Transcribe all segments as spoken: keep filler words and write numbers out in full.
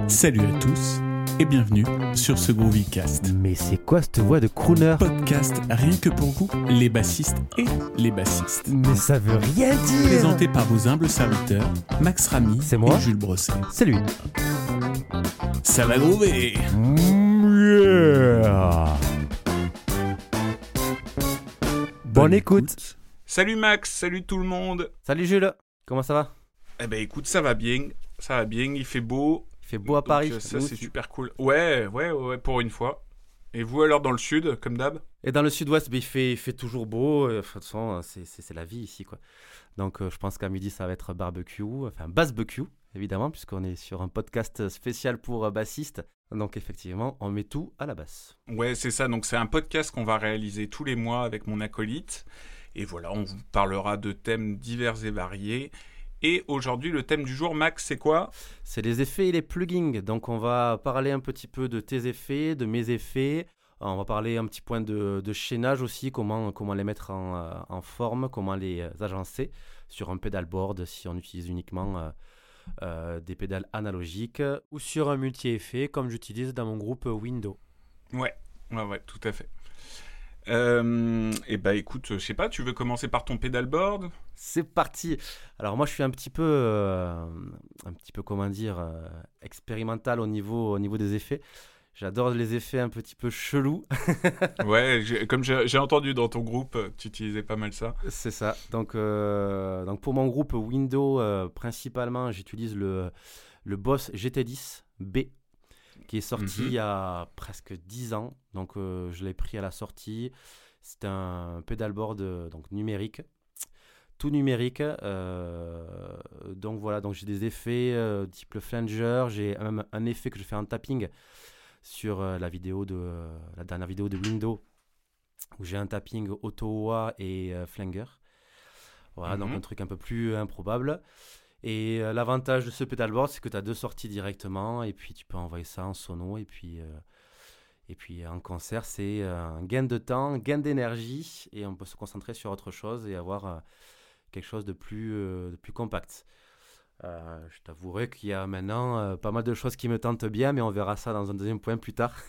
Salut à tous et bienvenue sur ce Groovycast. Mais c'est quoi cette voix de crooner? Podcast rien que pour vous, les bassistes et les bassistes. Mais ça veut rien dire. Présenté par vos humbles serviteurs, Max Ramy C'est moi. et Jules Brosset. C'est lui. Ça va groover. Mm, yeah. Bonne écoute. Salut Max, salut tout le monde. Salut Jules, comment ça va? Eh ben écoute, ça va bien, ça va bien, il fait beau. Il fait beau à Donc, Paris. euh, ça nous c'est aussi. super cool. Ouais, ouais, ouais, pour une fois. Et vous alors dans le sud, comme d'hab? Et dans le sud-ouest, ben, il, fait, il fait toujours beau. euh, De toute façon, c'est, c'est, c'est la vie ici, quoi. Donc euh, je pense qu'à midi, ça va être barbecue, enfin basse-becue, évidemment, puisqu'on est sur un podcast spécial pour euh, bassistes. Donc effectivement, on met tout à la basse. Ouais, c'est ça, donc c'est un podcast qu'on va réaliser tous les mois avec mon acolyte. Et voilà, on vous parlera de thèmes divers et variés. Et aujourd'hui, le thème du jour, Max, c'est quoi? C'est les effets et les plugins. Donc, on va parler un petit peu de tes effets, de mes effets. On va parler un petit point de, de chaînage aussi, comment, comment les mettre en, euh, en forme, comment les euh, agencer sur un pedalboard si on utilise uniquement euh, euh, des pédales analogiques ou sur un multi-effet comme j'utilise dans mon groupe Windows. Ouais, ouais, ouais, tout à fait. Euh, et bah écoute, je sais pas, tu veux commencer par ton pedalboard? C'est parti. Alors moi je suis un petit peu, euh, un petit peu comment dire, euh, expérimental au niveau, au niveau des effets. J'adore les effets un petit peu chelous. Ouais, j'ai- comme j'ai j'ai entendu dans ton groupe, euh, tu utilisais pas mal ça. C'est ça. Donc, euh, donc pour mon groupe Windows, euh, principalement, j'utilise le, le Boss G T dix B qui est sorti Mhm. il y a presque dix ans. Donc, euh, je l'ai pris à la sortie. C'est un pedalboard euh, donc numérique, tout numérique. euh, donc voilà, donc j'ai des effets euh, type le flanger. J'ai même un effet que je fais en tapping sur euh, la vidéo de euh, la dernière vidéo de Windows où j'ai un tapping auto-wah et euh, flanger. Voilà, donc Mhm. un truc un peu plus improbable. Et euh, l'avantage de ce pedalboard, c'est que tu as deux sorties directement et puis tu peux envoyer ça en sono et puis, euh, et puis en concert, c'est euh, un gain de temps, gain d'énergie et on peut se concentrer sur autre chose et avoir euh, quelque chose de plus, euh, de plus compact. Euh, je t'avouerai qu'il y a maintenant euh, pas mal de choses qui me tentent bien, mais on verra ça dans un deuxième point plus tard.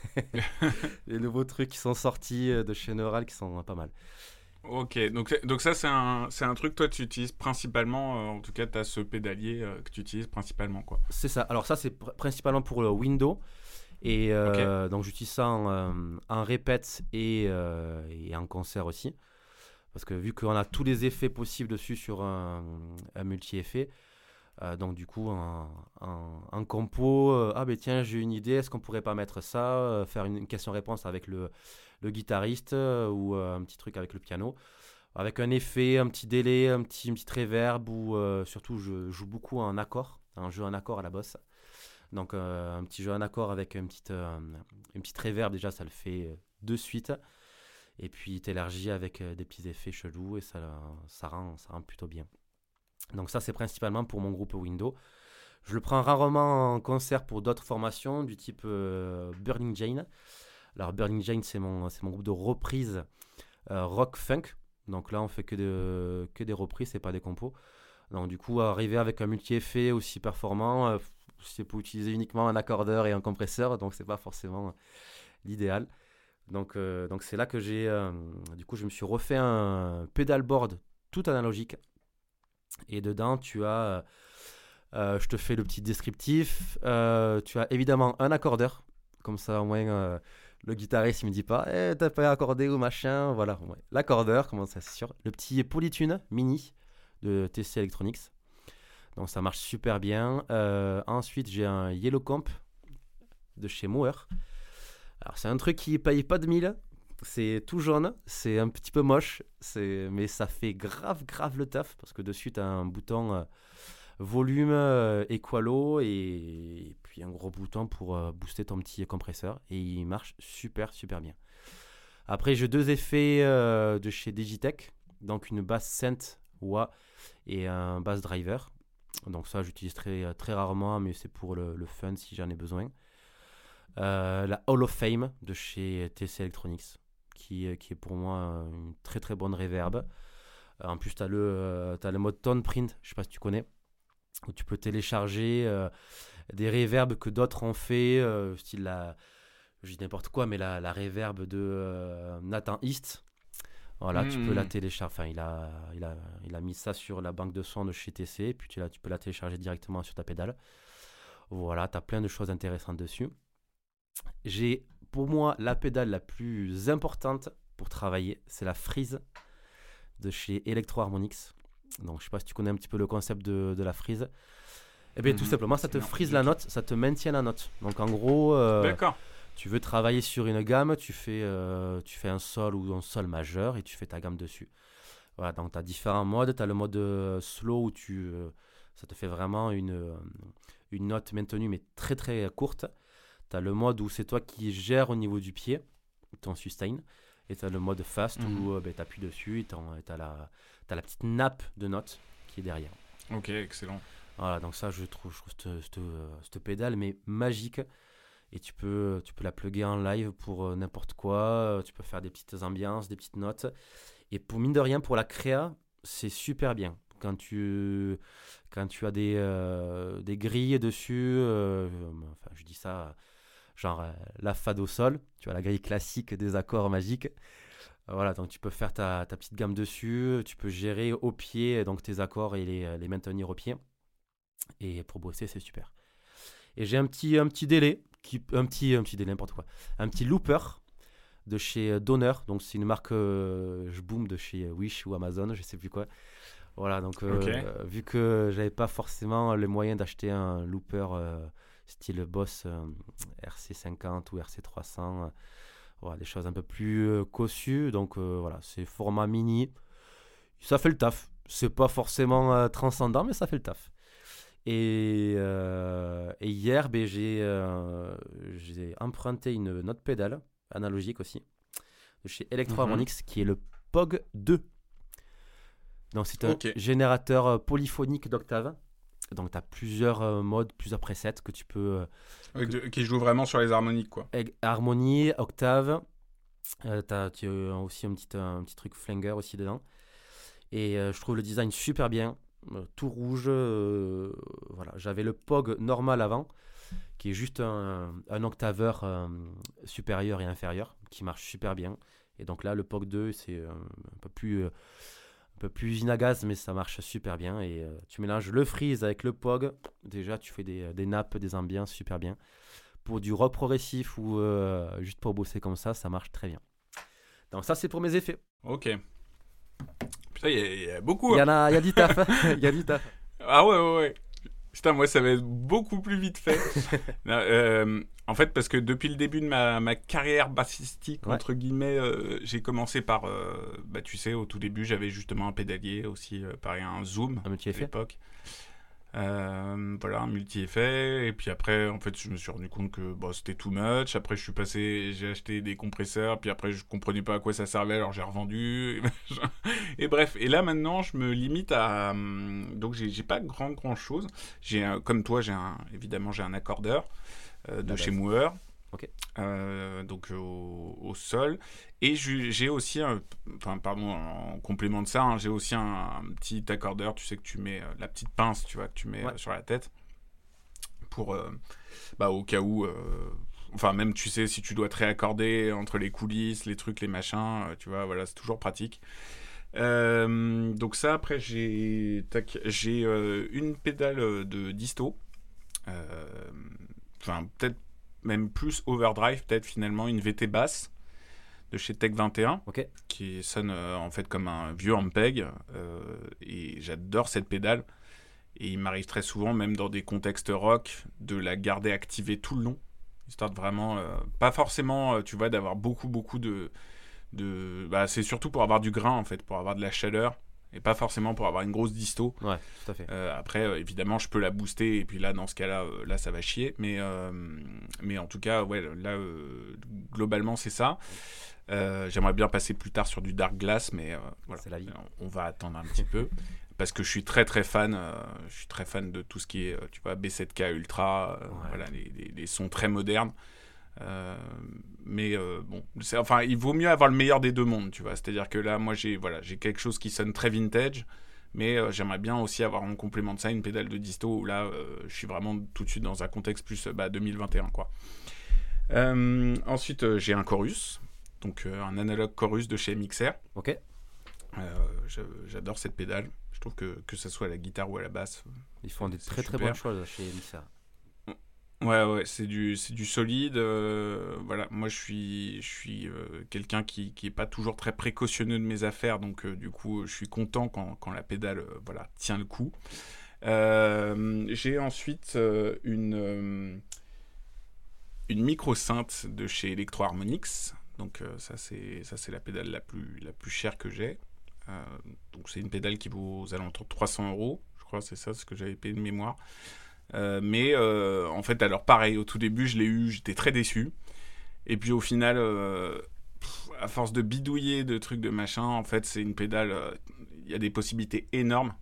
Les nouveaux trucs qui sont sortis euh, de chez Neural qui sont euh, pas mal. Ok, donc, donc ça c'est un, c'est un truc, toi tu utilises principalement, euh, en tout cas tu as ce pédalier euh, que tu utilises principalement quoi. C'est ça. Alors ça, c'est pr- principalement pour le Windows. Et euh, donc j'utilise ça en, euh, en répète et, euh, et en concert aussi. Parce que vu qu'on a tous les effets possibles dessus sur un, un multi-effet, euh, donc du coup en, en, en compo, euh, ah ben tiens j'ai une idée, est-ce qu'on pourrait pas mettre ça, euh, faire une, une question-réponse avec le, le guitariste euh, ou euh, un petit truc avec le piano, avec un effet, un petit délai, un petit, une petite reverb ou euh, surtout je joue beaucoup en accord, un jeu en accord à la bosse. Donc euh, un petit jeu en accord avec une petite, euh, une petite reverb déjà ça le fait de suite. Et puis t'élargis avec euh, des petits effets chelous et ça, ça, rend, ça rend plutôt bien. Donc ça c'est principalement pour mon groupe Windows. Je le prends rarement en concert pour d'autres formations du type euh, Burning Jane. Alors Burning Jane c'est mon, c'est mon groupe de reprise euh, rock funk. Donc là on fait que, de, que des reprises, c'est pas des compos. Donc du coup arriver avec un multi-effet aussi performant, euh, c'est pour utiliser uniquement un accordeur et un compresseur, donc c'est pas forcément l'idéal. Donc, euh, donc c'est là que j'ai, euh, du coup je me suis refait un pedalboard tout analogique. Et dedans tu as, euh, je te fais le petit descriptif, euh, tu as évidemment un accordeur, comme ça au moins euh, le guitariste il me dit pas eh, t'as pas accordé ou machin, voilà, ouais. L'accordeur, comment ça c'est sûr, le petit Polytune mini de T C Electronics, donc ça marche super bien. Euh, ensuite j'ai un Yellow Comp de chez Moer. Alors c'est un truc qui paye pas de mille, c'est tout jaune, c'est un petit peu moche, c'est... mais ça fait grave grave le taf parce que dessus tu as un bouton euh, volume, euh, equalo et... et puis un gros bouton pour euh, booster ton petit compresseur et il marche super super bien. Après j'ai deux effets euh, de chez Digitech, donc une basse synth wah et un bass driver. Donc ça j'utilise très, très rarement mais c'est pour le, le fun si j'en ai besoin. Euh, la Hall of Fame de chez T C Electronics qui, qui est pour moi une très très bonne reverb. En plus tu as le, euh, t'as le mode tone print, je sais pas si tu connais, où tu peux télécharger euh, des reverbs que d'autres ont fait, euh, style la, je dis n'importe quoi, mais la, la reverb de euh, Nathan East. Voilà, mmh. tu peux la télécharger. Enfin, il a, il, a, il a mis ça sur la banque de sons de chez T C, puis tu, la, tu peux la télécharger directement sur ta pédale. Voilà, tu as plein de choses intéressantes dessus. J'ai, pour moi, la pédale la plus importante pour travailler, c'est la Freeze de chez Electro Harmonix. Donc, je sais pas si tu connais un petit peu le concept de, de la Freeze. Eh bien, mmh. tout simplement, ça te freeze la note, ça te maintient la note. Donc, en gros... Euh, D'accord. Tu veux travailler sur une gamme, tu fais, euh, tu fais un sol ou un sol majeur et tu fais ta gamme dessus. Voilà, donc tu as différents modes. Tu as le mode euh, slow où tu, euh, ça te fait vraiment une, euh, une note maintenue mais très très courte. Tu as le mode où c'est toi qui gères au niveau du pied, ton sustain. Et tu as le mode fast mmh. où euh, ben, tu appuies dessus et tu as la, t'as la petite nappe de notes qui est derrière. Ok, excellent. Voilà, donc ça je trouve, je trouve cette, cette, cette pédale mais magique. Et tu peux, tu peux la plugger en live pour euh, n'importe quoi. Euh, tu peux faire des petites ambiances, des petites notes. Et pour mine de rien, pour la créa, c'est super bien. Quand tu, quand tu as des, euh, des grilles dessus, euh, enfin, je dis ça, genre euh, la fado sol, tu vois, la grille classique des accords magiques. Euh, voilà, donc tu peux faire ta, ta petite gamme dessus. Tu peux gérer au pied donc tes accords et les, les maintenir au pied. Et pour bosser, c'est super. Et j'ai un petit, un petit délai. Qui, un petit un petit délai, n'importe quoi, un petit looper de chez Donner, donc c'est une marque euh, je boom de chez Wish ou Amazon, je sais plus quoi. Voilà, donc euh, okay. euh, vu que j'avais pas forcément les moyens d'acheter un looper euh, style Boss euh, R C cinquante ou R C trois cents, euh, voilà, des choses un peu plus euh, cossues, donc euh, voilà, c'est format mini, ça fait le taf, c'est pas forcément euh, transcendant mais ça fait le taf. Et, euh, et hier, ben, j'ai, euh, j'ai emprunté une autre pédale, analogique aussi, de chez Electro Harmonix, mm-hmm. qui est le P O G deux. Donc, c'est un okay. générateur euh, polyphonique d'octave. Donc, tu as plusieurs euh, modes, plusieurs presets que tu peux... Euh, que... Qui jouent vraiment sur les harmoniques, quoi. Harmonie, octave. Euh, tu as, tu as aussi un petit, un petit truc flanger aussi dedans. Et euh, je trouve le design super bien. Tout rouge, euh, voilà. J'avais le P O G normal avant, qui est juste un, un octaveur euh, supérieur et inférieur, qui marche super bien. Et donc là, le P O G deux, c'est un, un peu plus, euh, un peu plus usine à gaz, mais ça marche super bien. Et euh, tu mélanges le freeze avec le P O G, déjà tu fais des, des nappes, des ambiances super bien. Pour du rock progressif ou euh, juste pour bosser comme ça, ça marche très bien. Donc ça, c'est pour mes effets. Ok. Putain, il y, y a beaucoup. Il y hein. en a, il y a du taf. Il y a du taf. Ah ouais, ouais, ouais. Putain, moi, ça va être beaucoup plus vite fait. non, euh, en fait, parce que depuis le début de ma, ma carrière bassistique, ouais. entre guillemets, euh, j'ai commencé par, euh, bah, tu sais, au tout début, j'avais justement un pédalier aussi, euh, pareil, un Zoom un à l'époque. Euh, voilà, un multi-effet. Et puis après, en fait, je me suis rendu compte que bon, c'était too much. Après, je suis passé, j'ai acheté des compresseurs. Puis après, je comprenais pas à quoi ça servait, alors j'ai revendu. Et bref. Et là, maintenant, je me limite à. Donc, j'ai, j'ai pas grand, grand chose. J'ai un, comme toi, j'ai un, évidemment, j'ai un accordeur euh, de ah, chez Mooer. Ok. Euh, donc au, au sol. Et j'ai aussi, un, enfin pardon, en complément de ça, hein, j'ai aussi un, un petit accordeur, tu sais que tu mets euh, la petite pince, tu vois, que tu mets ouais. euh, sur la tête pour, euh, bah au cas où, euh, enfin même tu sais si tu dois te réaccorder entre les coulisses, les trucs, les machins, euh, tu vois, voilà, c'est toujours pratique. Euh, donc ça après j'ai, tac, j'ai euh, une pédale de disto, enfin euh, peut-être même plus overdrive, peut-être finalement une V T basse de chez Tech vingt et un, okay. qui sonne euh, en fait comme un vieux Ampeg, euh, et j'adore cette pédale, et il m'arrive très souvent, même dans des contextes rock, de la garder activée tout le long, histoire de vraiment, euh, pas forcément, euh, tu vois, d'avoir beaucoup beaucoup de, de bah, c'est surtout pour avoir du grain en fait, pour avoir de la chaleur, et pas forcément pour avoir une grosse disto. Ouais, tout à fait. Euh, après, euh, évidemment, je peux la booster, et puis là, dans ce cas-là, euh, là, ça va chier. Mais, euh, mais en tout cas, ouais, là, euh, globalement, c'est ça. Euh, j'aimerais bien passer plus tard sur du Dark Glass, mais euh, voilà, c'est la vie. On, on va attendre un petit peu. Parce que je suis très, très fan. Euh, je suis très fan de tout ce qui est, euh, tu vois, B sept K Ultra, euh, ouais. voilà, les, les, les sons très modernes. Euh, mais euh, bon, c'est, enfin, il vaut mieux avoir le meilleur des deux mondes, tu vois. C'est-à-dire que là, moi, j'ai, voilà, j'ai quelque chose qui sonne très vintage, Mais euh, j'aimerais bien aussi avoir en complément de ça une pédale de disto où là, euh, je suis vraiment tout de suite dans un contexte plus bah, deux mille vingt et un, quoi. Euh, ensuite, euh, j'ai un chorus, donc euh, un analogue chorus de chez M X R. Ok. Euh, j'adore cette pédale. Je trouve que que ça soit à la guitare ou à la basse. Ils font des très super. très bonnes choses chez M X R. Ouais, ouais, c'est du, c'est du solide. Euh, voilà, moi je suis, je suis euh, quelqu'un qui, qui est pas toujours très précautionneux de mes affaires, donc euh, du coup, je suis content quand, quand la pédale, euh, voilà, tient le coup. Euh, j'ai ensuite euh, une, euh, une micro-synth de chez Electro Harmonix. Donc euh, ça, c'est, ça, c'est la pédale la plus, la plus chère que j'ai. Euh, donc c'est une pédale qui vaut aux alentours de trois cents euros, je crois, c'est ça, ce que j'avais payé de mémoire. Euh, mais euh, en fait, alors pareil, au tout début, je l'ai eu, j'étais très déçu. Et puis au final, euh, pff, à force de bidouiller, de trucs, de machin, en fait, c'est une pédale, il euh, y a des possibilités énormes.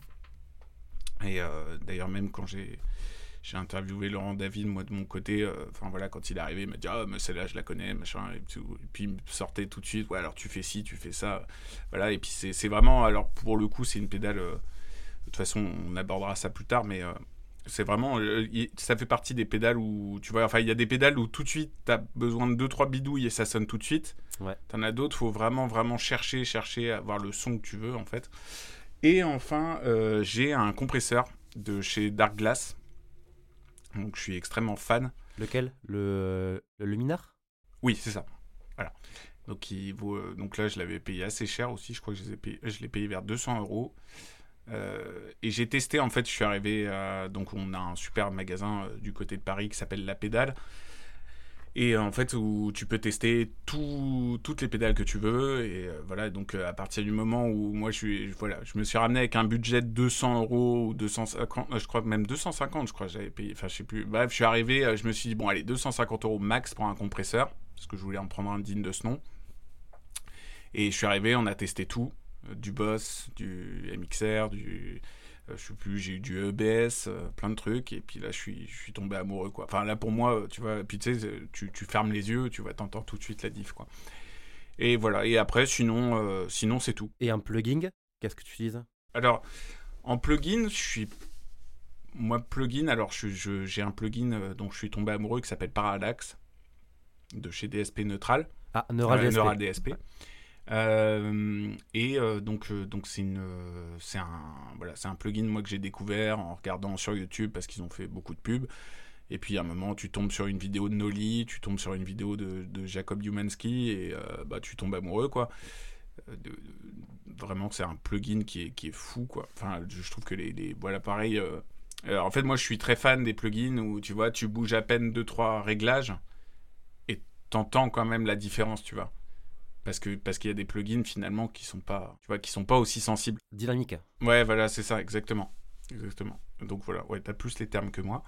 Et euh, d'ailleurs, même quand j'ai, j'ai interviewé Laurent David, moi de mon côté, enfin euh, voilà, quand il est arrivé, il m'a dit « Ah, mais celle-là, je la connais, machin. » Et, tout. Et puis il me sortait tout de suite « Ouais, alors tu fais ci, tu fais ça. » Voilà, et puis c'est, c'est vraiment, alors pour le coup, c'est une pédale, euh, de toute façon, on abordera ça plus tard, mais... Euh, c'est vraiment, ça fait partie des pédales où, tu vois, enfin, il y a des pédales où tout de suite, t'as besoin de deux trois bidouilles et ça sonne tout de suite. Ouais. T'en as d'autres, faut vraiment, vraiment chercher, chercher à avoir le son que tu veux, en fait. Et enfin, euh, j'ai un compresseur de chez Darkglass. Donc, je suis extrêmement fan. Lequel ? Le, le Luminar ? Oui, c'est ça. Voilà. Donc, il vaut, euh, donc là, je l'avais payé assez cher aussi. Je crois que je, les ai payés, je l'ai payé vers deux cents euros. Euh, et j'ai testé, en fait, je suis arrivé à, donc on a un super magasin euh, du côté de Paris qui s'appelle La Pédale, et euh, en fait où tu peux tester tout, toutes les pédales que tu veux, et euh, voilà, donc euh, à partir du moment où moi je suis, voilà, je me suis ramené avec un budget de deux cents euros ou deux cent cinquante, je crois même deux cent cinquante, je crois que j'avais payé, enfin je sais plus, bref, je suis arrivé, je me suis dit bon allez, deux cent cinquante euros max pour un compresseur, parce que je voulais en prendre un digne de ce nom, et je suis arrivé, on a testé tout, du Boss, du M X R, du, euh, je sais plus, j'ai eu du E B S, euh, plein de trucs, et puis là je suis, je suis tombé amoureux, quoi. Enfin là pour moi, tu vois, puis tu sais, tu, tu fermes les yeux, tu vois, t'entends tout de suite la diff, quoi. Et voilà, et après sinon, euh, sinon c'est tout. Et en plugin, qu'est-ce que tu utilises ? Alors, en plugin, je suis, moi plugin, alors je, je, j'ai un plugin euh, dont je suis tombé amoureux qui s'appelle Parallax, de chez D S P Neutral. Ah, Neural euh, D S P. Neural D S P. Ouais. Euh, et euh, donc euh, donc c'est une euh, c'est un voilà c'est un plugin moi que j'ai découvert en regardant sur YouTube parce qu'ils ont fait beaucoup de pubs, et puis à un moment tu tombes sur une vidéo de Noli, tu tombes sur une vidéo de, de Jacob Umansky, et euh, bah tu tombes amoureux, quoi. De, de, vraiment c'est un plugin qui est qui est fou, quoi. Enfin je, je trouve que les, les voilà pareil euh, euh, en fait moi je suis très fan des plugins où tu vois tu bouges à peine deux trois réglages et t'entends quand même la différence, tu vois. Parce que parce qu'il y a des plugins finalement qui sont pas, tu vois, qui sont pas aussi sensibles. Dynamique. Ouais, voilà, c'est ça, exactement, exactement. Donc voilà, ouais, t'as plus les termes que moi.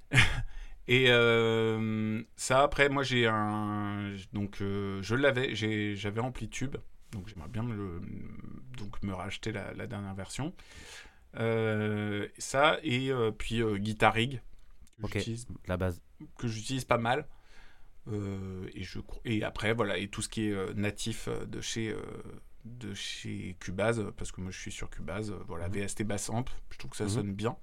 Et euh, ça, après, moi j'ai un, donc euh, je l'avais, j'ai, j'avais Amplitube, donc j'aimerais bien me le, donc me racheter la, la dernière version. Euh, ça et euh, puis euh, Guitar Rig, que Ok, j'utilise, la base. que j'utilise pas mal. Euh, et, je, et après, voilà, et tout ce qui est euh, natif de chez, euh, de chez Cubase, parce que moi je suis sur Cubase, euh, voilà, mmh. V S T Bassamp, je trouve que ça mmh. sonne bien.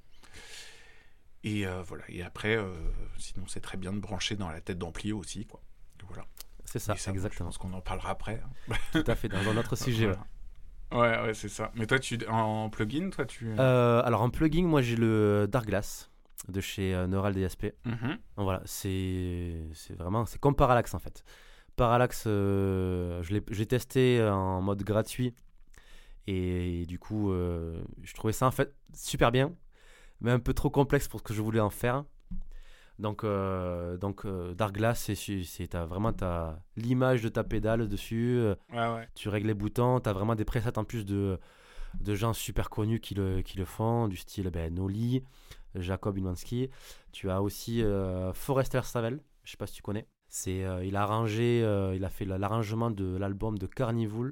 Et euh, voilà, et après, euh, sinon c'est très bien de brancher dans la tête d'ampli aussi, quoi. Voilà. C'est ça, ça, exactement. Je pense qu'on en parlera après. Tout à fait, dans un autre sujet. Voilà. Ouais, ouais, c'est ça. Mais toi, tu, en plugin, toi, tu... Euh, alors, en plugin, moi, j'ai le Darkglass de chez euh, Neural D S P. Mm-hmm. Donc voilà, c'est, c'est vraiment... C'est comme Parallax, en fait. Parallax, euh, je, l'ai, je l'ai testé en mode gratuit. Et, et du coup, euh, je trouvais ça, en fait, super bien. Mais un peu trop complexe pour ce que je voulais en faire. Donc, euh, donc euh, Darkglass, c'est, c'est t'as vraiment t'as l'image de ta pédale dessus. Euh, ouais, ouais. Tu règles les boutons. Tu as vraiment des presets en plus de, de gens super connus qui le, qui le font, du style ben, Noli, Jacob Umansky. Tu as aussi euh, Forester Savel, je sais pas si tu connais. C'est, euh, il, a arrangé, euh, il a fait l'arrangement de l'album de Carnival,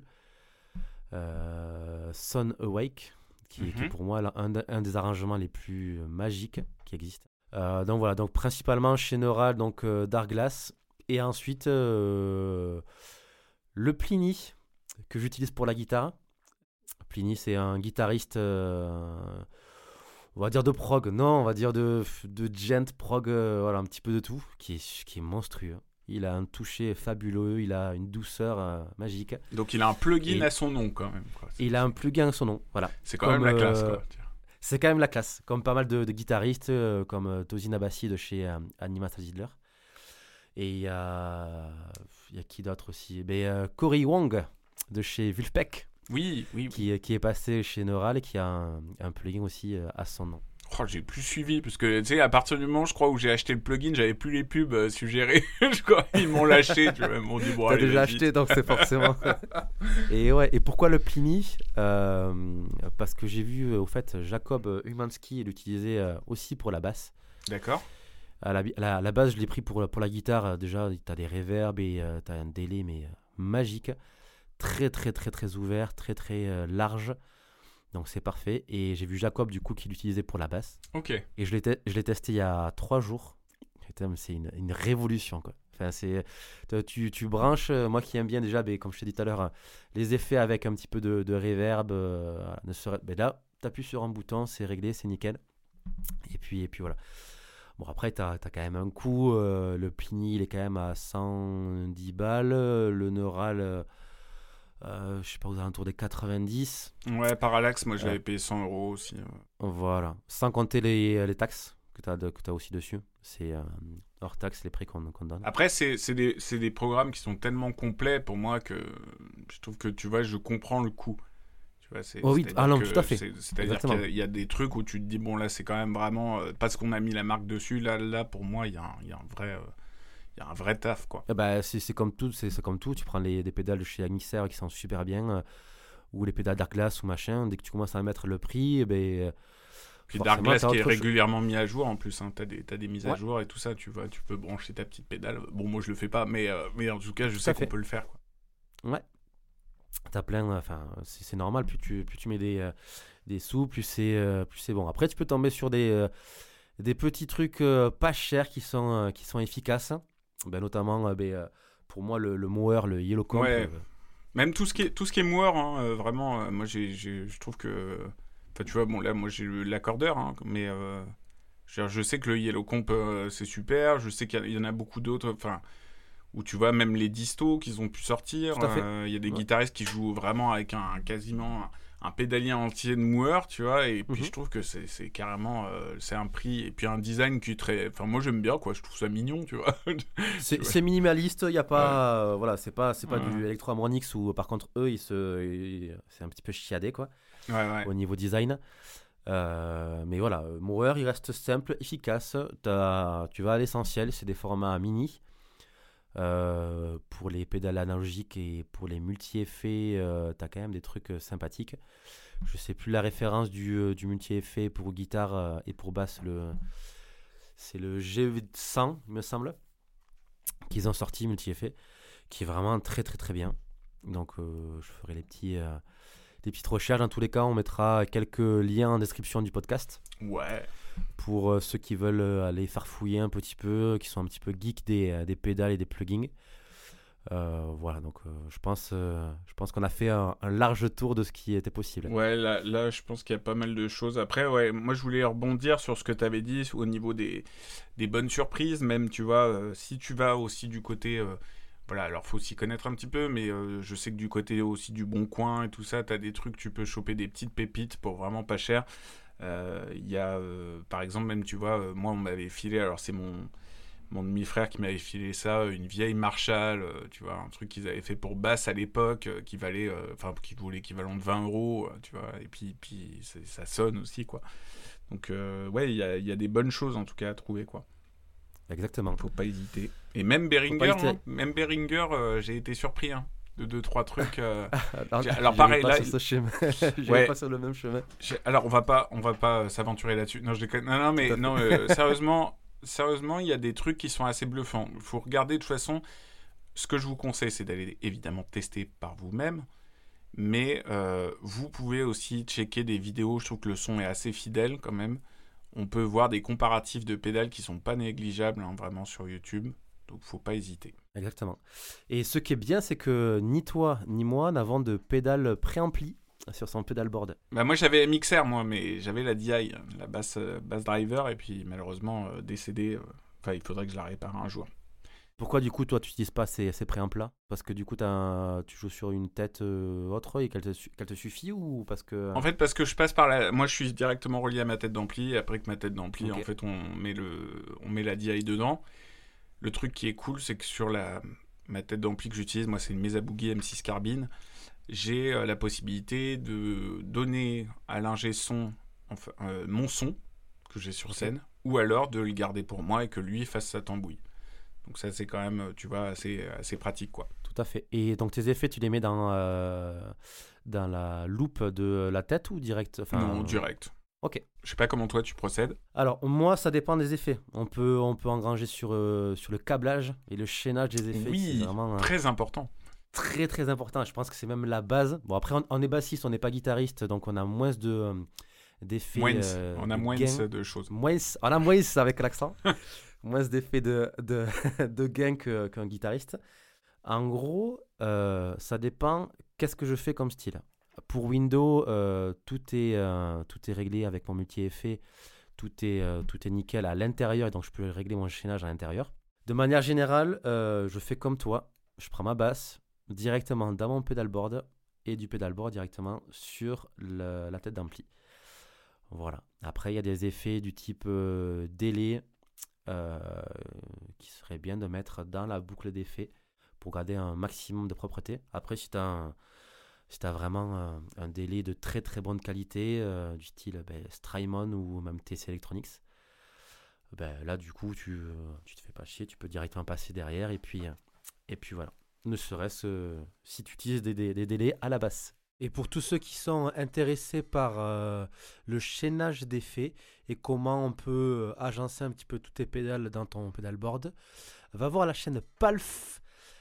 euh, Son Awake, qui, mm-hmm. qui est pour moi un, un des arrangements les plus magiques qui existent. Euh, donc voilà, donc principalement chez Neural, donc euh, Darkglass, et ensuite euh, le Plini que j'utilise pour la guitare. Pliny, c'est un guitariste, euh, on va dire de prog, non, on va dire de, de gent prog, euh, voilà, un petit peu de tout, qui est, qui est monstrueux. Il a un toucher fabuleux, il a une douceur euh, magique. Donc il a un plugin et, à son nom quand même. Quoi. Il a un plugin à son nom, voilà. C'est quand comme, même la classe. Euh, quoi. C'est quand même la classe, comme pas mal de, de guitaristes, euh, comme euh, Tosin Abassi de chez euh, Animal Zidler. Et il y a, y a qui d'autre aussi ben, euh, Cory Wong de chez Vulfpeck. Oui, oui. Qui, qui est passé chez Neural et qui a un, un plugin aussi euh, à son nom. Oh, j'ai plus suivi parce que tu sais à partir du moment je crois où j'ai acheté le plugin j'avais plus les pubs euh, suggérées. Je crois ils m'ont lâché tu vois ils m'ont dit bon t'as allez, déjà vas-y. acheté donc c'est forcément. et ouais et pourquoi le Pliny euh, parce que j'ai vu euh, au fait Jacob Humanski l'utiliser euh, aussi pour la basse. D'accord. À la, à la, à la base je l'ai pris pour pour la guitare déjà t'as des reverbs et euh, t'as un délai mais euh, magique très très très très ouvert très très euh, large. Donc c'est parfait. Et j'ai vu Jacob du coup qui l'utilisait pour la basse. Ok. Et je l'ai, te- je l'ai testé il y a trois jours. Putain, mais c'est une, une révolution quoi. Enfin, c'est, tu, tu branches, euh, moi qui aime bien déjà, ben, comme je t'ai dit tout à l'heure, euh, les effets avec un petit peu de, de reverb. Euh, ne serait, ben là, tu appuies sur un bouton, c'est réglé, c'est nickel. Et puis, et puis voilà. Bon, après, tu as quand même un coût. Euh, le Pliny, il est quand même à cent dix balles. Le Neural. Euh, Euh, je sais pas, aux alentours des quatre-vingt-dix. Ouais, Parallax, moi je l'avais Ouais. payé cent euros aussi. Ouais. Voilà. Sans compter les, les taxes que tu as de, que t'as aussi dessus. C'est euh, hors taxes les prix qu'on, qu'on donne. Après, c'est, c'est, des, c'est des programmes qui sont tellement complets pour moi que je trouve que tu vois, je comprends le coût. Tu vois, c'est, Oh oui, c'est-à-dire ah non, que- tout à fait. c'est- c'est-à-dire Exactement. qu'il y a, il y a des trucs où tu te dis, bon là c'est quand même vraiment. euh, parce qu'on a mis la marque dessus, là, là pour moi il y a, un- il y a un vrai. euh, Il y a un vrai taf, quoi. Eh ben, c'est, c'est comme tout, c'est, c'est comme tout. Tu prends les, des pédales de chez Agnicer qui sont super bien, euh, ou les pédales Darkglass ou machin. Dès que tu commences à mettre le prix, eh ben, Puis forcément, Darkglass t'as qui est autre chose. régulièrement mis à jour en plus, hein. T'as des, t'as des mises à Ouais. jour et tout ça, tu vois, tu peux brancher ta petite pédale. Bon, moi je le fais pas, mais, euh, mais en tout cas, je Tout sais à qu'on fait. peut le faire, quoi. Ouais. T'as plein, enfin, c'est, c'est normal. Plus tu, plus tu mets des, euh, des sous, plus c'est, euh, plus c'est bon. Après, tu peux tomber sur des, euh, des petits trucs euh, pas chers qui sont, euh, qui sont efficaces. Ben, notamment, euh, ben, euh, pour moi, le, le mower, le Yellow Comp. Ouais. euh, Même tout ce qui est, tout ce qui est mower, hein, euh, vraiment, euh, moi j'ai, j'ai, je trouve que. Enfin, tu vois, bon, là, moi j'ai le- l'accordeur, hein, mais euh, je, veux dire, je sais que le Yellow Comp euh, c'est super, je sais qu'il y, a- il y en a beaucoup d'autres, enfin, où tu vois, même les distos qu'ils ont pu sortir, Tout à fait. euh, il y a des Ouais. guitaristes qui jouent vraiment avec un, un quasiment. Un, un pédalier entier de mower, tu vois, et puis Mhm. je trouve que c'est, c'est carrément, euh, c'est un prix, et puis un design qui est très, enfin moi j'aime bien, quoi, je trouve ça mignon, tu vois. C'est, Tu vois. c'est minimaliste, il y a pas, euh, voilà, c'est pas, c'est pas Ouais. du Electro Harmonix où par contre eux, ils se, ils- c'est un petit peu chiadé quoi, Ouais, ouais. au niveau design. Euh, mais voilà, euh, Mower, il reste simple, efficace. T'as- tu vas à l'essentiel, c'est des formats mini. Euh, pour les pédales analogiques et pour les multi-effets, euh, t'as quand même des trucs euh, sympathiques. Je sais plus la référence du, euh, du multi-effet pour guitare euh, et pour basse. Le, c'est le G cent, il me semble, qu'ils ont sorti multi-effet, qui est vraiment très très très bien. Donc euh, je ferai les petits, euh, des petites recherches. Dans tous les cas, on mettra quelques liens en description du podcast Ouais. pour euh, ceux qui veulent euh, aller farfouiller un petit peu, qui sont un petit peu geeks des, euh, des pédales et des plugins. Euh, voilà, donc euh, je pense, euh, je pense qu'on a fait un, un large tour de ce qui était possible. Ouais, là, là, je pense qu'il y a pas mal de choses. Après, ouais, moi, je voulais rebondir sur ce que tu avais dit au niveau des, des bonnes surprises. Même, tu vois, euh, si tu vas aussi du côté... euh, voilà, alors faut s'y connaître un petit peu, mais euh, je sais que du côté aussi du Bon Coin et tout ça, tu as des trucs, tu peux choper des petites pépites pour vraiment pas cher. Euh, Il y a, euh, par exemple, même, tu vois, euh, moi, on m'avait filé, alors c'est mon... Mon demi-frère qui m'avait filé ça, une vieille Marshall, euh, tu vois, un truc qu'ils avaient fait pour basse à l'époque, euh, qui valait, euh, enfin, qui vaut l'équivalent de vingt euros, euh, tu vois, et puis, puis c'est- ça sonne aussi, quoi. Donc, euh, ouais, il y a, il y a des bonnes choses, en tout cas, à trouver, quoi. Exactement. Faut pas hésiter. Et même Behringer, pas hésiter. hein, même Behringer, euh, j'ai été surpris, hein, de deux, trois trucs. euh, Alors, J'ai- alors, j'irai pareil, pas là, sur ce schéma. J'irai Ouais. pas sur le même chemin. j'ai- alors, on va pas, on va pas euh, s'aventurer là-dessus. Non, je déconne. Non, non, mais Tout à fait. non, euh, sérieusement, sérieusement, il y a des trucs qui sont assez bluffants. Il faut regarder de toute façon. Ce que je vous conseille, c'est d'aller évidemment tester par vous-même. Mais euh, vous pouvez aussi checker des vidéos. Je trouve que le son est assez fidèle quand même. On peut voir des comparatifs de pédales qui sont pas négligeables, hein, vraiment sur YouTube. Donc faut pas hésiter. Exactement. Et ce qui est bien, c'est que ni toi ni moi n'avons de pédales préampli sur son pedalboard. Bah moi j'avais mixer moi, mais j'avais la D I, la bass, euh, bass driver, et puis malheureusement euh, décédée. Enfin, euh, il faudrait que je la répare un jour. Pourquoi du coup toi tu n'utilises pas ces, ces préamps là? Parce que du coup t'as, tu joues sur une tête euh, autre et qu'elle te, qu'elle te suffit ou parce que... En fait parce que je passe par la... Moi je suis directement relié à ma tête d'ampli, et après que ma tête d'ampli, okay. en fait on met, le... on met la D I dedans. Le truc qui est cool, c'est que sur la... ma tête d'ampli que j'utilise, moi c'est une Mesa Boogie M six Carbine, j'ai euh, la possibilité de donner à l'ingé son enfin, euh, mon son que j'ai sur scène, okay. ou alors de le garder pour moi et que lui fasse sa tambouille. Donc ça c'est quand même, tu vois, assez, assez pratique quoi. Tout à fait. Et donc tes effets, tu les mets dans, euh, dans la loupe de la tête ou direct? Enfin, non, direct. Ok. Je sais pas comment toi tu procèdes. Alors moi ça dépend des effets. On peut, on peut engranger sur, euh, sur le câblage et le chaînage des effets. Oui, c'est vraiment, euh, très important. Très très important. Je pense que c'est même la base. Bon après on, on est bassiste, on n'est pas guitariste, donc on a moins de... Euh, d'effets, moins, euh, on a de moins gain. de choses. Moins, on a moins avec l'accent. Moins d'effets de, de, de gain que, qu'un guitariste. En gros, euh, ça dépend qu'est-ce que je fais comme style. Pour Windows, euh, tout, est, euh, tout est réglé avec mon multi-effet. Tout est, euh, tout est nickel à l'intérieur, et donc je peux régler mon chaînage à l'intérieur. De manière générale, euh, je fais comme toi. Je prends ma basse directement dans mon pedalboard et du pedalboard directement sur le, la tête d'ampli. Voilà. Après, il y a des effets du type euh, délai euh, qui serait bien de mettre dans la boucle d'effets pour garder un maximum de propreté. Après, si tu as si vraiment un, un délai de très très bonne qualité, euh, du style ben, Strymon ou même T C Electronics, ben, là, du coup, tu, euh, tu te fais pas chier, tu peux directement passer derrière et puis, et puis voilà. Ne serait-ce euh, si tu utilises des, des, des délais à la basse. Et pour tous ceux qui sont intéressés par euh, le chaînage d'effets et comment on peut agencer un petit peu toutes tes pédales dans ton pedalboard, va voir la chaîne Palf,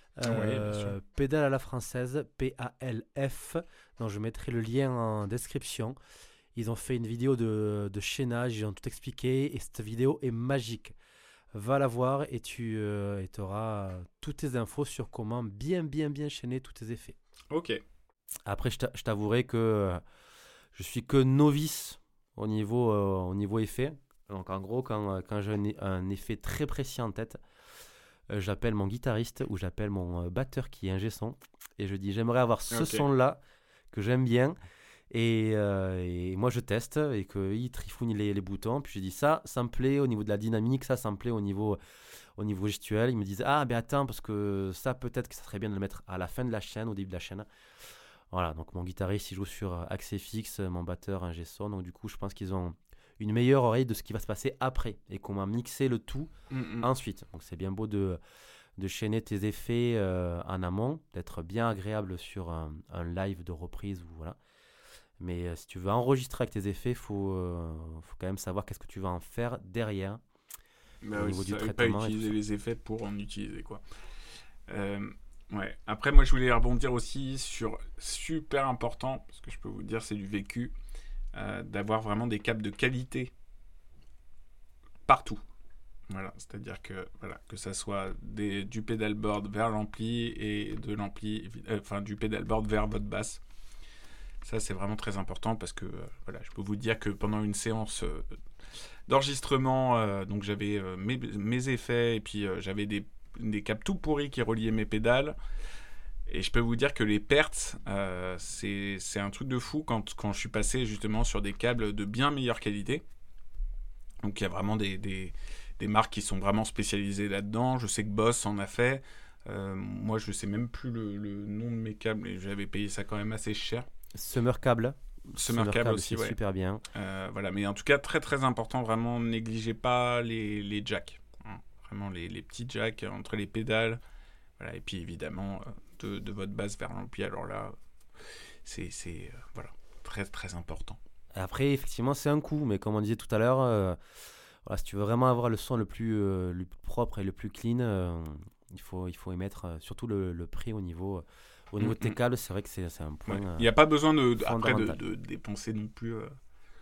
euh, oui, pédale à la française, P A L F. Donc je mettrai le lien en description. Ils ont fait une vidéo de, de chaînage, ils ont tout expliqué et cette vidéo est magique. Va la voir et tu euh, et auras toutes tes infos sur comment bien bien bien chaîner tous tes effets. Ok. Après, je t'avouerai que euh, je suis que novice au niveau, euh, au niveau effet. Donc, en gros, quand, quand j'ai un, un effet très précis en tête, euh, j'appelle mon guitariste ou j'appelle mon euh, batteur qui est ingé son et je dis j'aimerais avoir ce okay. son-là que j'aime bien. Et, euh, et moi, je teste et qu'il trifouille les, les boutons. Puis je dis ça, ça me plaît au niveau de la dynamique, ça, ça me plaît au niveau, au niveau gestuel. Ils me disent ah, ben attends, parce que ça, peut-être que ça serait bien de le mettre à la fin de la chaîne, au début de la chaîne. Voilà, donc mon guitariste il joue sur accès fixe, mon batteur ingé son, donc du coup je pense qu'ils ont une meilleure oreille de ce qui va se passer après et comment mixer le tout mm-hmm. ensuite. Donc c'est bien beau de, de chaîner tes effets euh, en amont, d'être bien agréable sur un, un live de reprise ou voilà. Mais euh, si tu veux enregistrer avec tes effets, il faut, euh, faut quand même savoir qu'est-ce que tu vas en faire derrière. Bah au oui, niveau du traitement. Pas utiliser les effets pour en utiliser quoi. Euh... Ouais. Après, moi, je voulais rebondir aussi sur super important, parce que je peux vous dire, c'est du vécu, euh, d'avoir vraiment des câbles de qualité partout. Voilà, c'est-à-dire que voilà, que ça soit des, du pedalboard vers l'ampli et de l'ampli, euh, enfin du pedalboard vers votre basse. Ça, c'est vraiment très important parce que euh, voilà, je peux vous dire que pendant une séance euh, d'enregistrement, euh, donc j'avais euh, mes, mes effets et puis euh, j'avais des des câbles tout pourris qui reliaient mes pédales et je peux vous dire que les pertes euh, c'est, c'est un truc de fou quand, quand je suis passé justement sur des câbles de bien meilleure qualité. Donc il y a vraiment des, des, des marques qui sont vraiment spécialisées là-dedans. Je sais que Boss en a fait, euh, moi je sais même plus le, le nom de mes câbles et j'avais payé ça quand même assez cher. Summer Cable Summer, Summer Cable aussi, ouais. Super bien. Euh, voilà, mais en tout cas très très important, vraiment négligez pas les, les jacks. Vraiment les, les petits jacks entre les pédales, voilà, et puis évidemment de, de votre basse vers l'ampli. Alors là, c'est, c'est euh, voilà, très très important. Après, effectivement, c'est un coût, mais comme on disait tout à l'heure, euh, voilà, si tu veux vraiment avoir le son le plus, euh, le plus propre et le plus clean, euh, il faut il faut y mettre euh, surtout le, le prix au niveau. Euh, Au niveau mm-hmm. de tes câbles, c'est vrai que c'est, c'est un point. Il ouais. n'y a pas besoin de, de après de, de dépenser non plus euh,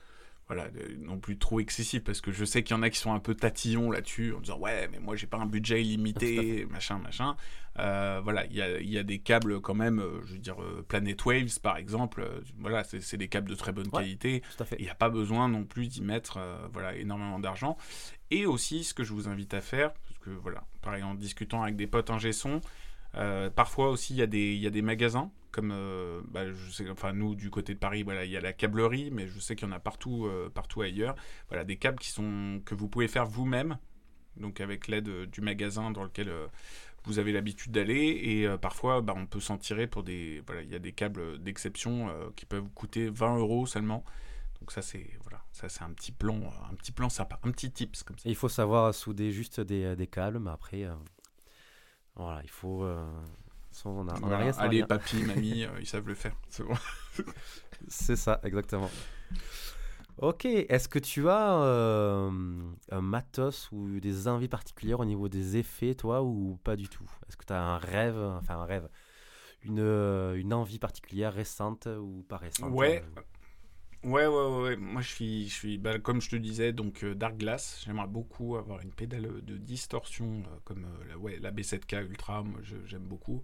voilà, de, non plus trop excessif, parce que je sais qu'il y en a qui sont un peu tatillons là-dessus, en disant ouais, mais moi j'ai pas un budget illimité, machin, machin. Euh, voilà, il y a, y a des câbles quand même, euh, je veux dire, euh, Planet Waves par exemple, euh, voilà, c'est, c'est des câbles de très bonne Ouais, qualité. tout à fait. Il n'y a pas besoin non plus d'y mettre euh, voilà, énormément d'argent. Et aussi, ce que je vous invite à faire, parce que voilà, pareil, en discutant avec des potes ingé son, euh, parfois aussi il y a des, y a des magasins. Comme euh, bah, je sais, enfin nous du côté de Paris, voilà, il y a la câblerie, mais je sais qu'il y en a partout, euh, partout ailleurs. Voilà, des câbles qui sont que vous pouvez faire vous-même, donc avec l'aide euh, du magasin dans lequel euh, vous avez l'habitude d'aller. Et euh, parfois, bah, on peut s'en tirer pour des, voilà, il y a des câbles d'exception euh, qui peuvent vous coûter vingt euros seulement. Donc ça c'est, voilà, ça c'est un petit plan, un petit plan sympa, un petit tips comme ça. Et il faut savoir souder juste des, des câbles, mais après, euh, voilà, il faut. Euh, on a, on Voilà. a rien sans Allez, rien. papy, mamie, euh, ils savent le faire. C'est bon. C'est ça, exactement. Ok, est-ce que tu as euh, un matos ou des envies particulières au niveau des effets, toi, ou pas du tout? Est-ce que tu as un rêve, enfin un rêve, une, euh, une envie particulière récente ou pas récente? Ouais. euh, Ouais, ouais, ouais, ouais. Moi, je suis, je suis bah, comme je te disais, donc euh, Dark Glass. J'aimerais beaucoup avoir une pédale de distorsion euh, comme euh, la, ouais, la B sept K Ultra. Moi, je- j'aime beaucoup.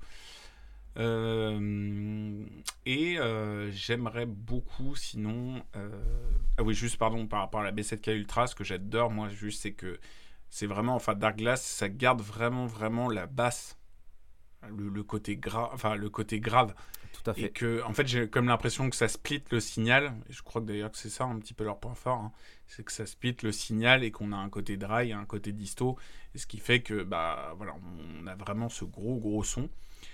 Euh, et euh, j'aimerais beaucoup, sinon. euh, Ah oui, juste pardon, par rapport à la B sept K Ultra, ce que j'adore, moi, juste, c'est que c'est vraiment. Enfin, Dark Glass, ça garde vraiment, vraiment la basse. Le, le côté gra... enfin, le côté grave. Tout à Et fait. que, en fait, j'ai comme l'impression que ça split le signal. Et je crois que d'ailleurs que c'est ça un petit peu leur point fort. Hein. C'est que ça split le signal et qu'on a un côté dry et un côté disto. Et ce qui fait que, bah, voilà, on a vraiment ce gros, gros son.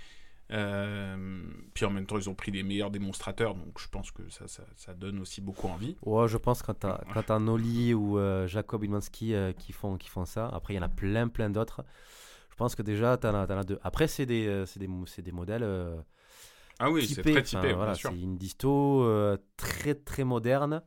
Euh, puis en même temps, ils ont pris les meilleurs démonstrateurs. Donc je pense que ça, ça, ça donne aussi beaucoup envie. Ouais, je pense quand t'as quand t'as Nolly ou euh, Jacob Ilmansky euh, qui font qui font ça. Après, il y en a plein, plein d'autres. Je pense que déjà, t'en as, t'en as deux. Après, c'est des, euh, c'est des, c'est des modèles euh, Ah oui, c'est typés. très Enfin, typé, bien voilà, sûr. c'est une disto euh, très, très moderne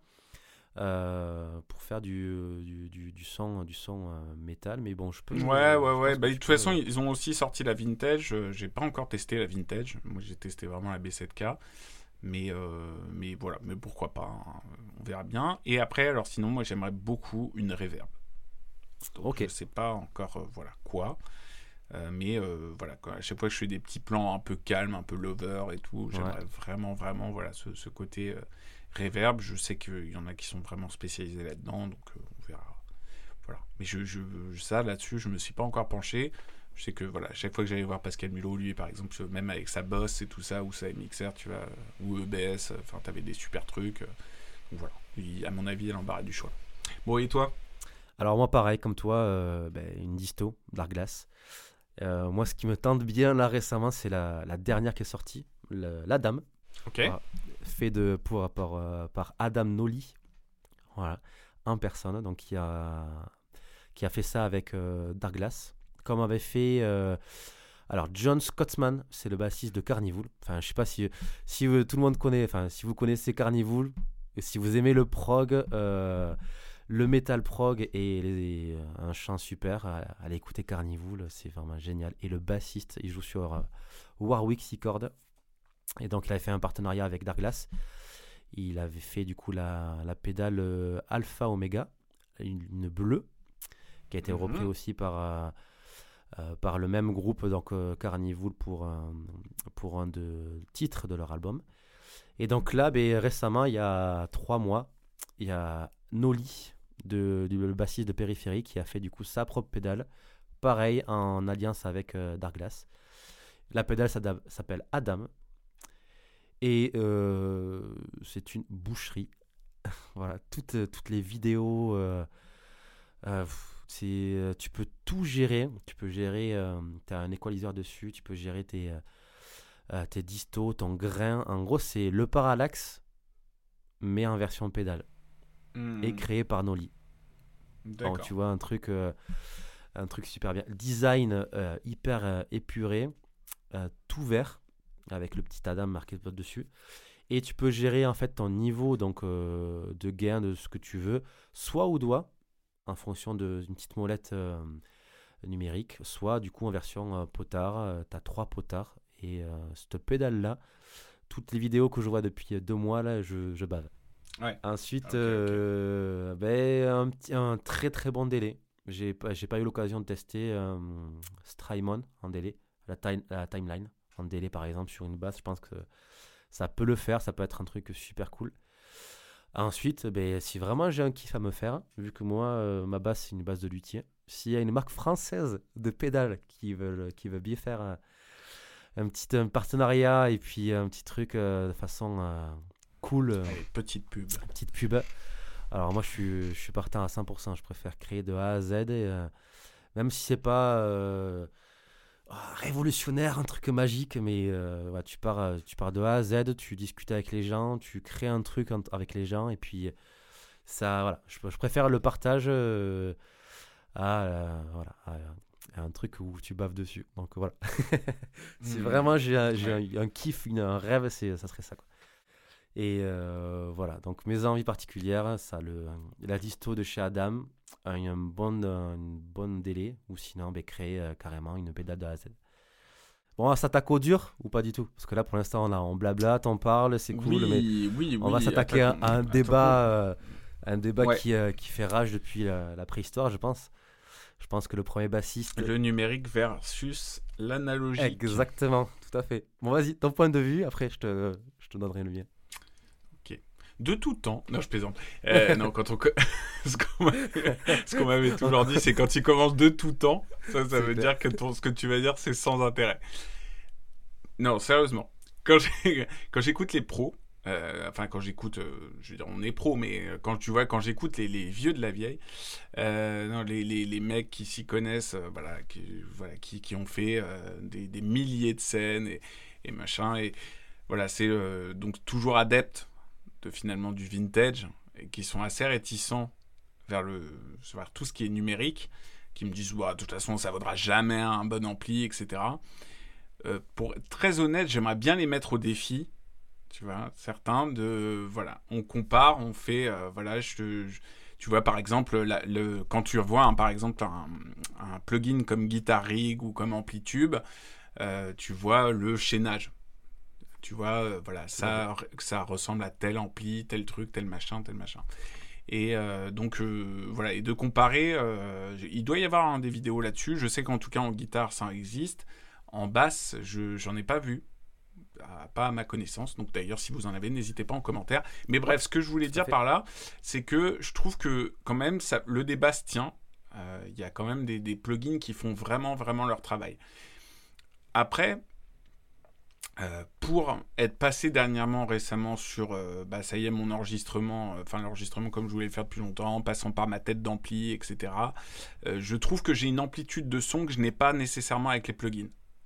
euh, pour faire du, du, du, du son, du son euh, métal. Mais bon, je peux. Ouais, euh, ouais, je ouais. pense que Bah, de tu toute peux, façon, euh, ils ont aussi sorti la vintage. Euh, J'ai pas encore testé la vintage. Moi, j'ai testé vraiment la B sept K. Mais, euh, mais voilà, mais pourquoi pas, hein. On verra bien. Et après, alors sinon, moi j'aimerais beaucoup une reverb. Donc Ok. je sais pas encore euh, voilà quoi. Euh, mais euh, voilà, quoi. À chaque fois que je fais des petits plans un peu calmes, un peu lover et tout, j'aimerais Ouais. vraiment, vraiment voilà, ce, ce côté euh, reverb. Je sais qu'il y en a qui sont vraiment spécialisés là-dedans, donc euh, on verra. Voilà. Mais je, je, ça, là-dessus, je me suis pas encore penché. Je sais que voilà, chaque fois que j'allais voir Pascal Mulot, lui par exemple, même avec sa Boss et tout ça, ou sa M X R, tu vois, ou E B S, enfin, t'avais des super trucs. euh, Donc voilà, il- à mon avis, il en barrait du choix. Bon, et toi? Alors moi, pareil, comme toi, euh, ben, une disto, Dark Glass. Euh, moi, ce qui me tente bien là récemment, c'est la, la dernière qui est sortie, le- la Dame, Ok. voilà, fait de pour par, euh, par Adam Nolly, voilà, en personne, donc qui a qui a fait ça avec euh, Dark Glass, comme avait fait euh, alors John Scotsman, c'est le bassiste de Carnival. Enfin, je sais pas si si euh, tout le monde connaît, enfin si vous connaissez Carnival, et si vous aimez le prog. euh, le metal prog et les- un chant super, à- allez écouter Carnival, c'est vraiment génial. Et le bassiste, il joue sur euh, Warwick six cordes. Et donc il avait fait un partenariat avec Dark Glass. Il avait fait du coup la, la pédale euh, Alpha Omega, une, une bleue, qui a été repris Mhm. aussi par, euh, euh, par le même groupe, donc euh, Carnival, pour un, pour un de titres de leur album. Et donc là, ben, récemment, il y a trois mois, il y a Nolly, de, du, le bassiste de Périphérie, qui a fait du coup sa propre pédale, pareil en alliance avec euh, Dark Glass. La pédale s'ada- s'appelle Adam et euh, c'est une boucherie. Voilà, toutes, euh, toutes les vidéos, euh, euh, pff, c'est, euh, tu peux tout gérer. Tu peux gérer, tu as un équaliseur dessus, tu peux gérer tes, euh, euh, tes distos, ton grain. En gros, c'est le parallaxe, mais en version pédale, et Mhm. créé par Nolly. Donc D'accord. tu vois un truc, euh, un truc super bien. Design euh, hyper euh, épuré, euh, tout vert, avec le petit Adam marqué dessus. Et tu peux gérer en fait ton niveau donc, euh, de gain de ce que tu veux, soit au doigt, en fonction d'une petite molette euh, numérique, soit du coup en version euh, potard. Tu as trois potards. Et euh, cette pédale-là, toutes les vidéos que je vois depuis deux mois, là, je, je bave. Ouais. Ensuite, Ok, ok. euh, ben, un, petit- un très très bon délai. J'ai pas, j'ai pas eu l'occasion de tester euh, Strymon en délai, la, time- la timeline en délai par exemple sur une basse. Je pense que ça peut le faire, ça peut être un truc super cool. Ensuite, ben, si vraiment j'ai un kiff à me faire, vu que moi, euh, ma basse, c'est une basse de luthier, s'il y a une marque française de pédales qui veut, qui veut bien faire un, un petit un partenariat et puis un petit truc euh, de façon euh, cool, euh, Allez, petite pub. petite pub. Alors moi, je suis, je suis partant à cent pour cent. Je préfère créer de A à Z, et, euh, même si c'est pas euh, ah, révolutionnaire, un truc magique, mais euh, ouais, tu, pars, euh, tu pars de A à Z, tu discutes avec les gens, tu crées un truc en- avec les gens, et puis ça, voilà. Je, je préfère le partage euh, à, euh, voilà, à, à un truc où tu baves dessus. Donc voilà. Si Hmm. vraiment j'ai un, j'ai Ouais. un, un kiff, une- un rêve, c'est, ça serait ça, quoi. Et euh, voilà, donc mes envies particulières, ça, le, la disto de chez Adam, un, un bon, un bon délai, ou sinon ben, créer euh, carrément une pédale de A à Z. Bon, on s'attaque au dur ou pas du tout? Parce que là, pour l'instant, on, a, on blabla, t'en parles, c'est cool, mais Oui, oui, on va oui. s'attaquer à, Attaquons. à un Attaquons. débat, euh, un débat Ouais. qui, euh, qui fait rage depuis la, la préhistoire, je pense. Je pense que le premier bassiste... Le numérique versus l'analogique. Exactement, tout à fait. Bon, vas-y, ton point de vue, après, je te, je te donnerai le mien. Ok. De tout temps. Non, je plaisante. Euh, non, quand on. co- ce qu'on m'a- ce qu'on m'avait toujours dit, c'est quand tu commences de tout temps, ça, ça C'est veut clair. dire que ton... ce que tu vas dire, c'est sans intérêt. Non, sérieusement. Quand j'ai- quand j'écoute les pros, euh, enfin, quand j'écoute, euh, je veux dire, on est pro, mais euh, quand tu vois, quand j'écoute les, les vieux de la vieille, euh, non, les, les, les mecs qui s'y connaissent, euh, voilà, qui, voilà, qui, qui ont fait euh, des, des milliers de scènes et, et machin, et voilà, c'est euh, donc toujours adeptes de finalement du vintage et qui sont assez réticents vers le vers tout ce qui est numérique, qui me disent bah, de toute façon ça vaudra jamais un bon ampli, et cetera. Euh, pour être très honnête, j'aimerais bien les mettre au défi, tu vois, certains de voilà, on compare, on fait euh, voilà, je, je- tu vois par exemple la- le, quand tu vois hein, par exemple un, un plugin comme Guitar Rig ou comme Amplitube, euh, tu vois le chaînage. Tu vois, euh, voilà, Tout à fait. ça, ça ressemble à tel ampli, tel truc, tel machin, tel machin. Et euh, donc, euh, voilà, et de comparer, euh, il doit y avoir hein, des vidéos là-dessus. Je sais qu'en tout cas, en guitare, ça existe. En basse, je j'en ai pas vu, à- pas à ma connaissance. Donc, d'ailleurs, si vous en avez, n'hésitez pas en commentaire. Mais Ouais, bref, ce que je voulais tout à dire fait. par là, c'est que je trouve que, quand même, ça, le débat se tient. Euh, Il y a quand même des, des plugins qui font vraiment, vraiment leur travail. Après, Euh, pour être passé dernièrement, récemment sur, euh, bah ça y est, mon enregistrement, euh, enfin l'enregistrement comme je voulais le faire depuis longtemps, en passant par ma tête d'ampli, et cetera. Euh, je trouve que j'ai une amplitude de son que je n'ai pas nécessairement avec les plugins.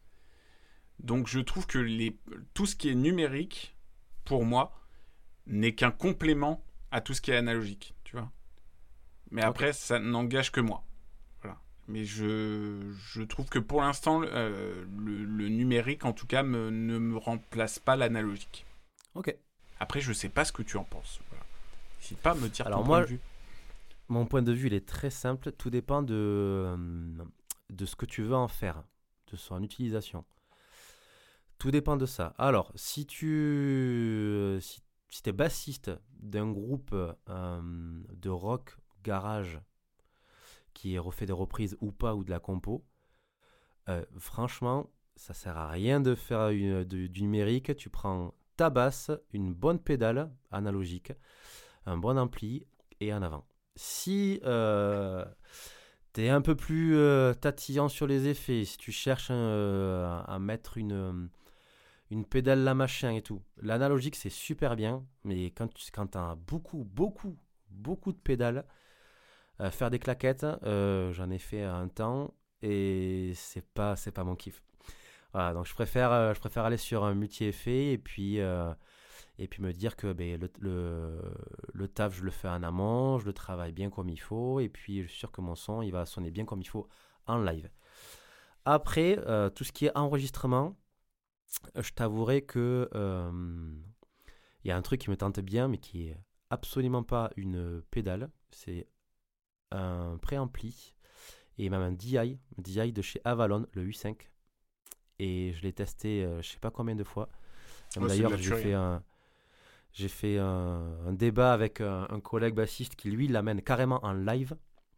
Donc je trouve que les, tout ce qui est numérique, pour moi, n'est qu'un complément à tout ce qui est analogique, tu vois. Mais Ok. après, ça n'engage que moi. Voilà. Mais je, je trouve que pour l'instant, euh, le, le numérique, en tout cas, me, ne me remplace pas l'analogique. Ok. Après, je sais pas ce que tu en penses. Voilà. N'hésite pas à me dire ton Alors point de moi, vue. mon point de vue, il est très simple. Tout dépend de, euh, de ce que tu veux en faire, de son utilisation. Tout dépend de ça. Alors, si tu euh, si, si es bassiste d'un groupe euh, de rock garage qui refait des reprises ou pas, ou de la compo, euh, franchement, ça sert à rien de faire une- de- du numérique. Tu prends ta basse, une bonne pédale analogique, un bon ampli et en avant. Si euh, tu es un peu plus euh, tatillant sur les effets, si tu cherches euh, à, à mettre une, une pédale là machin et tout, l'analogique c'est super bien, mais quand tu quand as beaucoup, beaucoup, beaucoup de pédales, euh, faire des claquettes, euh, j'en ai fait un temps et c'est pas, c'est pas mon kiff. Voilà, donc je préfère, euh, je préfère aller sur un multi-effet et puis, euh, et puis me dire que ben, le, le, le taf, je le fais en amont, je le travaille bien comme il faut, et puis je suis sûr que mon son, il va sonner bien comme il faut en live. Après, euh, tout ce qui est enregistrement, je t'avouerai que euh, il y a un truc qui me tente bien, mais qui est absolument pas une pédale. C'est un préampli et même un D I, D I de chez Avalon, le huit cinq. Et je l'ai testé, euh, je sais pas combien de fois. Même Oh, c'est de d'ailleurs, la j'ai tuerie. fait Hein. un, j'ai fait un, un débat avec un, un collègue bassiste qui, lui, l'amène carrément en live.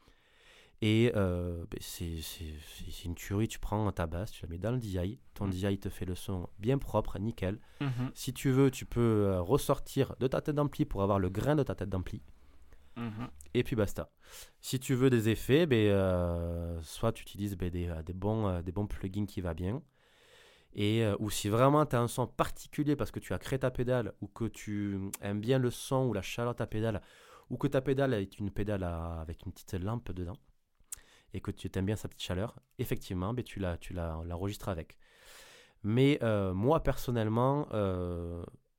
Et euh, ben c'est, c'est, c'est, c'est une tuerie. Tu prends ta basse, tu la mets dans le D I. Ton mmh. D I te fait le son bien propre, nickel. Mmh. Si tu veux, tu peux euh, ressortir de ta tête d'ampli pour avoir le grain de ta tête d'ampli. Mmh. Et puis basta. Si tu veux des effets, ben, euh, soit tu utilises ben, des, des, bons, euh, des bons plugins qui va bien. Et, euh, ou si vraiment tu as un son particulier parce que tu as créé ta pédale ou que tu aimes bien le son ou la chaleur de ta pédale ou que ta pédale est une pédale à, avec une petite lampe dedans et que tu aimes bien sa petite chaleur, effectivement, ben, tu, la, tu la, l'enregistres avec. Mais euh, moi, personnellement, euh,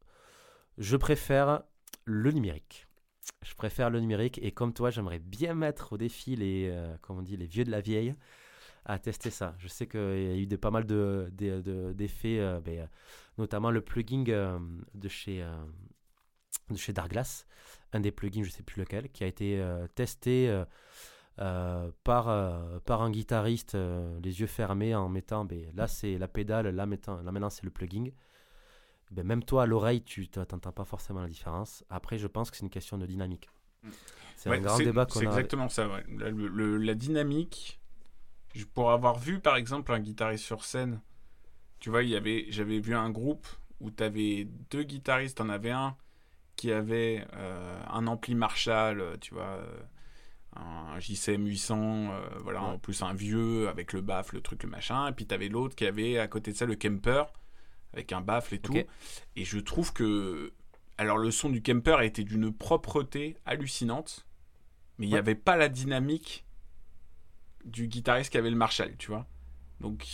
je préfère le numérique. Je préfère le numérique et comme toi, j'aimerais bien mettre au défi les, euh, comme on dit, les vieux de la vieille à tester ça. Je sais qu'il y a eu de, pas mal de, de, de, d'effets, euh, ben, notamment le plugin euh, de, chez, euh, de chez Darkglass, un des plugins, je ne sais plus lequel, qui a été euh, testé euh, euh, par, euh, par un guitariste, euh, les yeux fermés, en mettant, ben, là c'est la pédale, là, mettant, là maintenant c'est le plugin. Ben, même toi à l'oreille, tu n'entends pas forcément la différence. Après, je pense que c'est une question de dynamique. C'est ouais, un grand c'est, débat qu'on c'est a. C'est exactement ça, ouais. La, le, le, la dynamique, pour avoir vu par exemple un guitariste sur scène, tu vois, il y avait, j'avais vu un groupe où tu avais deux guitaristes, t'en avais un qui avait euh, un ampli Marshall, tu vois, euh, un J C M huit cents, euh, voilà, ouais. En plus un vieux avec le baffle, le truc, le machin, et puis tu avais l'autre qui avait à côté de ça le Kemper avec un baffle et tout. Okay. Et je trouve que, alors le son du Kemper était d'une propreté hallucinante, mais il ouais. n'y avait pas la dynamique du guitariste qui avait le Marshall, tu vois. Donc,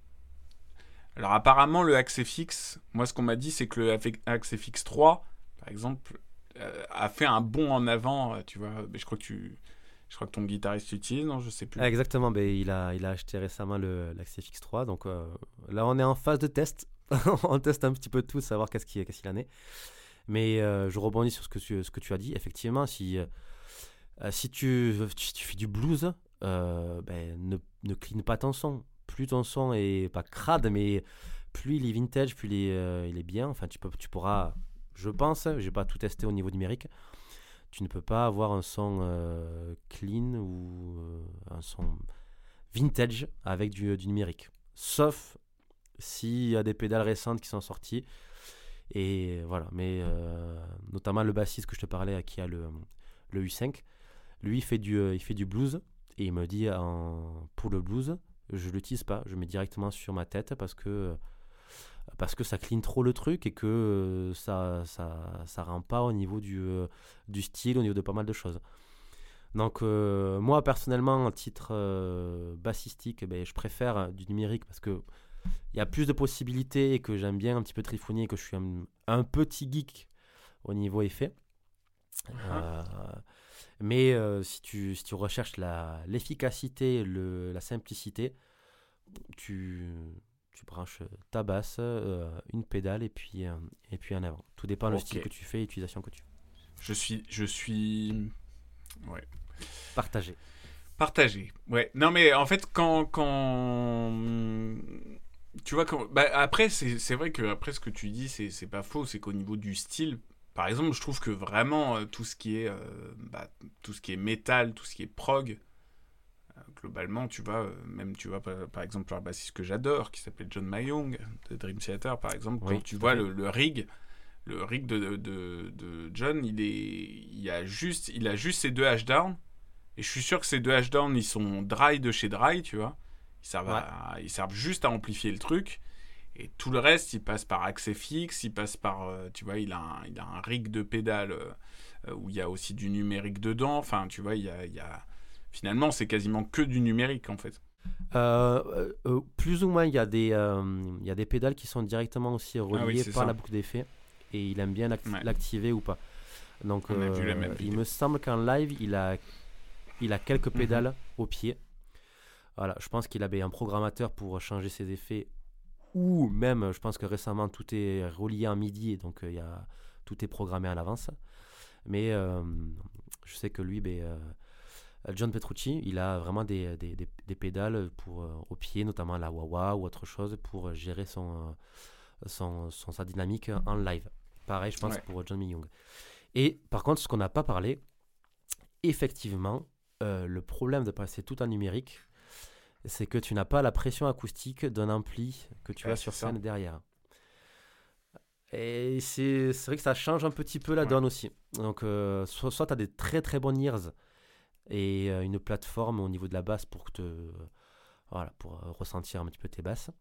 alors apparemment le Axe F X, moi ce qu'on m'a dit c'est que le Axe F X trois, par exemple, euh, a fait un bond en avant, tu vois. Mais je crois que tu, je crois que ton guitariste l'utilise, non, je sais plus. Ah, exactement, ben il a, il a acheté récemment le l'Axe F X trois, donc euh, là on est en phase de test, on teste un petit peu tout, savoir qu'est-ce qu'il, qu'est-ce qu'il en est. Mais euh, je rebondis sur ce que tu, ce que tu as dit. Effectivement, si euh, si tu, si tu fais du blues, euh, ben ne, ne clean pas ton son. Plus ton son est pas crade, mais plus il est vintage, plus il est, euh, il est bien. Enfin, tu peux, tu pourras, je pense, j'ai pas tout testé au niveau numérique. Tu ne peux pas avoir un son euh, clean ou euh, un son vintage avec du, du numérique. Sauf s'il y a des pédales récentes qui sont sorties. Et voilà. Mais euh, notamment le bassiste que je te parlais, qui a le, le U cinq, lui, il fait du, euh, il fait du blues. Et il me dit, en, pour le blues, je ne l'utilise pas. Je mets directement sur ma tête parce que... parce que ça clean trop le truc et que euh, ça ça ça rend pas au niveau du euh, du style, au niveau de pas mal de choses. Donc euh, moi personnellement, à titre euh, bassistique, ben, je préfère du numérique parce que il y a plus de possibilités et que j'aime bien un petit peu trifouiller et que je suis un, un petit geek au niveau effet. Uh-huh. Euh, mais euh, si tu si tu recherches la l'efficacité, le la simplicité, tu Tu branches ta basse, euh, une pédale et puis, euh, et puis en avant. Tout dépend okay. du style que tu fais et l'utilisation que tu fais. Je suis... Je suis... Ouais. Partagé. Partagé, ouais. Non, mais en fait, quand... quand... Tu vois, quand... Bah, après, c'est, c'est vrai que après, ce que tu dis, c'est, c'est pas faux. C'est qu'au niveau du style, par exemple, je trouve que vraiment, euh, tout ce qui est... Euh, bah, tout ce qui est métal, tout ce qui est prog... Globalement, tu vois, même tu vois par, par exemple un bassiste que j'adore qui s'appelle John Mayong de Dream Theater par exemple, oui, quand tu vois le, le rig, le rig de, de, de, de John, il est, il a juste, il a juste ces deux H-down et je suis sûr que ces deux H-down ils sont dry de chez dry, tu vois, ils servent, ouais. à, ils servent juste à amplifier le truc et tout le reste il passe par Axe F X, il passe par, euh, tu vois, il a un, il a un rig de pédale euh, où il y a aussi du numérique dedans, enfin tu vois, il y a, il y a finalement, c'est quasiment que du numérique, en fait. Euh, euh, plus ou moins, il y a des, euh, il y a des pédales qui sont directement aussi reliées ah oui, par ça. La boucle d'effet. Et il aime bien l'acti- ouais. l'activer ou pas. Donc, On euh, a vu la même il me semble qu'en live, il a, il a quelques pédales mm-hmm. au pied. Voilà, je pense qu'il avait un programmateur pour changer ses effets. Ou même, je pense que récemment, tout est relié en MIDI. Et donc, euh, il y a, tout est programmé à l'avance. Mais euh, je sais que lui... Ben, euh, John Petrucci, il a vraiment des, des, des, des pédales pour, euh, au pied, notamment la wah-wah ou autre chose, pour gérer son, son, son, sa dynamique en live. Pareil, je pense, Ouais. pour John Myung. Et par contre, ce qu'on n'a pas parlé, effectivement, euh, le problème de passer tout en numérique, c'est que tu n'as pas la pression acoustique d'un ampli que tu Ouais, as sur c'est ça. scène derrière. Et c'est, c'est vrai que ça change un petit peu la Ouais. donne aussi. Donc, euh, soit, soit tu as des très très bonnes ears et euh, une plateforme au niveau de la basse pour, que te, voilà, pour euh, ressentir un petit peu tes basses.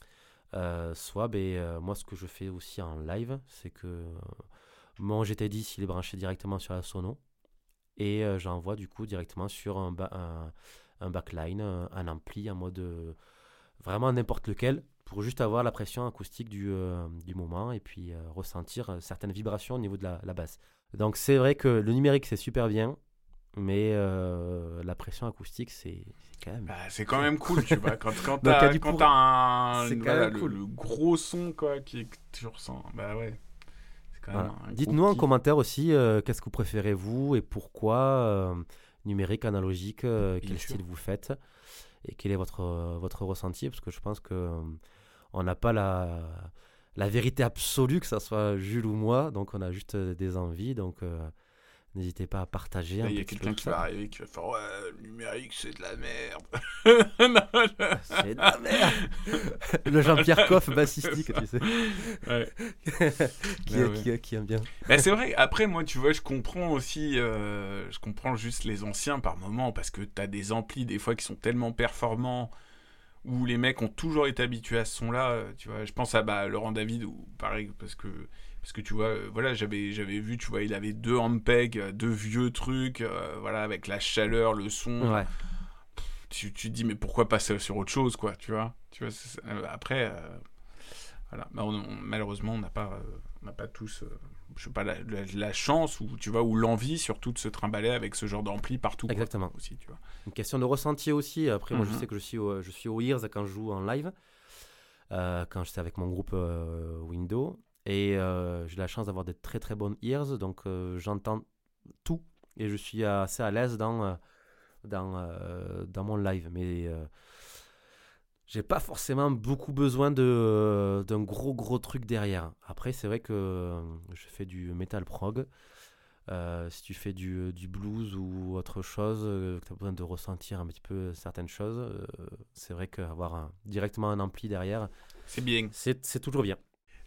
Euh, soit, ben, euh, moi, ce que je fais aussi en live, c'est que euh, mon G T dix, il est branché directement sur la sono et euh, j'envoie du coup directement sur un, ba- un, un backline, un, un ampli en mode euh, vraiment n'importe lequel pour juste avoir la pression acoustique du, euh, du moment et puis euh, ressentir euh, certaines vibrations au niveau de la, la basse. Donc c'est vrai que le numérique c'est super bien, mais euh, la pression acoustique c'est, c'est quand même. Bah, c'est quand même cool, tu vois. Quand, quand Donc, il y a t'as du quand pour- t'as un, c'est quand voilà, même le, cool. le gros son quoi, qui, que tu ressens, bah ouais, c'est quand même Voilà. un gros Dites-nous en kiff. commentaire aussi euh, qu'est-ce que vous préférez vous et pourquoi euh, numérique, analogique, euh, Bien quel sûr. style vous faites et quel est votre, euh, votre ressenti parce que je pense que euh, on n'a pas la, la vérité absolue que ça soit Jules ou moi donc on a juste euh, des envies donc euh, n'hésitez pas à partager Là, un il y a petit peu quelqu'un tout qui ça. va arriver qui va faire ouais, le numérique c'est de la merde. Non, je- C'est de la merde. Le Jean-Pierre Coff bassistique C'est ça. tu sais Ouais. qui, Ouais, est- ouais. qui, est- qui aime bien. Bah, c'est vrai, après, moi, tu vois, je comprends aussi, euh, je comprends juste les anciens par moment, parce que t'as des amplis, des fois, qui sont tellement performants, où les mecs ont toujours été habitués à ce son-là, euh, tu vois. Je pense à bah, Laurent David, ou pareil, parce que, parce que tu vois, euh, voilà, j'avais, j'avais vu, tu vois, il avait deux Ampeg, euh, deux vieux trucs, euh, voilà, avec la chaleur, le son. Ouais. Tu, tu te dis, mais pourquoi passer sur autre chose, quoi, tu vois. Tu vois, c'est- euh, après, euh, voilà. Bah, on- on- malheureusement, on n'a pas, euh, on n'a pas tous, euh, je sais pas, la, la- la chance ou tu vois, ou l'envie surtout de se trimballer avec ce genre d'ampli partout. quoi, Exactement. aussi, tu vois. Une question de ressenti aussi. Après, moi, je Mhm. sais que je suis au, je suis au Ears quand je joue en live, euh, quand j'étais avec mon groupe euh, Windows. Et euh, j'ai la chance d'avoir des très très bonnes ears, donc euh, j'entends tout et je suis assez à l'aise dans, euh, dans, euh, dans mon live. Mais euh, j'ai pas forcément beaucoup besoin de, euh, d'un gros gros truc derrière. Après, c'est vrai que euh, je fais du metal prog. Euh, si tu fais du, du blues ou autre chose, euh, que tu as besoin de ressentir un petit peu certaines choses, euh, c'est vrai qu'avoir un- directement un ampli derrière, C'est bien. c'est, c'est toujours bien.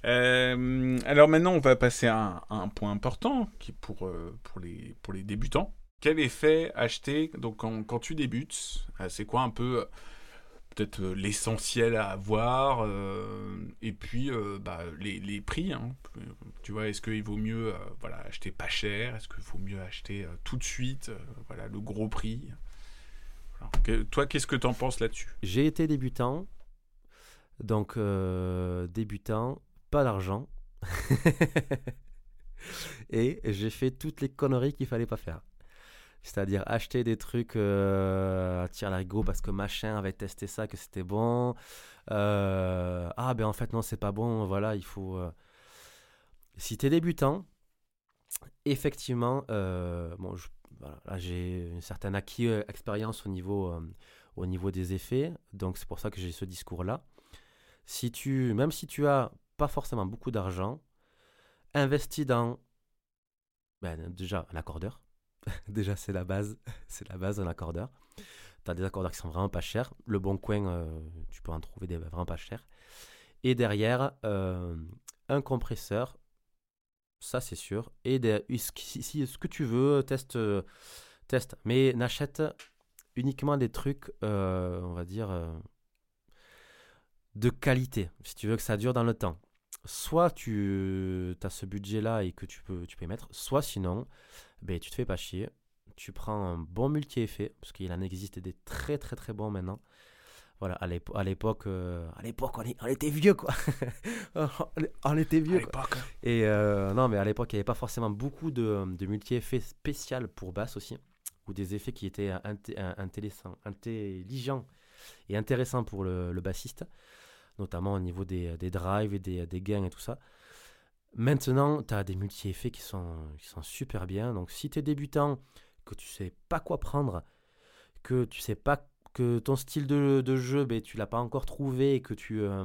Euh, alors maintenant, on va passer à un, à un point important qui est pour, euh, pour, les, pour les débutants. Quel effet acheter donc quand, quand tu débutes euh, C'est quoi un peu euh, peut-être euh, l'essentiel à avoir euh, et puis euh, bah, les, les prix. Hein. Tu vois, est-ce qu'il vaut mieux euh, voilà, acheter pas cher? Est-ce qu'il faut mieux acheter euh, tout de suite euh, voilà, le gros prix? Alors, que- toi, qu'est-ce que tu en penses là-dessus? J'ai été débutant, donc euh, débutant, pas d'argent. Et j'ai fait toutes les conneries qu'il fallait pas faire. C'est-à-dire acheter des trucs euh, à tir larigot parce que machin avait testé ça, que c'était bon. Euh, ah ben en fait non, c'est pas bon, voilà, il faut... euh, Si t'es débutant, effectivement, euh, bon, je- voilà, là j'ai une certaine acquis, euh, expérience au niveau, euh, au niveau des effets, donc c'est pour ça que j'ai ce discours-là. Si tu, même si tu as pas forcément beaucoup d'argent, investis dans ben, déjà un accordeur. Déjà c'est la base, c'est la base d'un accordeur. Tu as des accordeurs qui sont vraiment pas chers. Le Bon Coin, euh, tu peux en trouver des vraiment pas chers. Et derrière, euh, un compresseur, ça c'est sûr. Et des, si, si ce que tu veux, teste, euh, teste. Mais n'achète uniquement des trucs, euh, on va dire, euh, de qualité, si tu veux que ça dure dans le temps. Soit tu as ce budget-là et que tu peux, tu peux y mettre, soit sinon, ben, tu te fais pas chier. Tu prends un bon multi-effet, parce qu'il en existe des très très très bons maintenant. Voilà, à l'épo- à l'époque, euh, à l'époque on, est- on était vieux quoi. On était À vieux quoi. l'époque, hein. Et euh, non, mais à l'époque, il n'y avait pas forcément beaucoup de, de multi-effets spéciaux pour basse aussi, ou des effets qui étaient inté- intéressants, intelligents et intéressants pour le, le bassiste, notamment au niveau des, des drives et des, des gains et tout ça. Maintenant, tu as des multi-effets qui sont, qui sont super bien. Donc, si tu es débutant, que tu sais pas quoi prendre, que tu sais pas que ton style de, de jeu, ben, tu l'as pas encore trouvé et que tu, euh,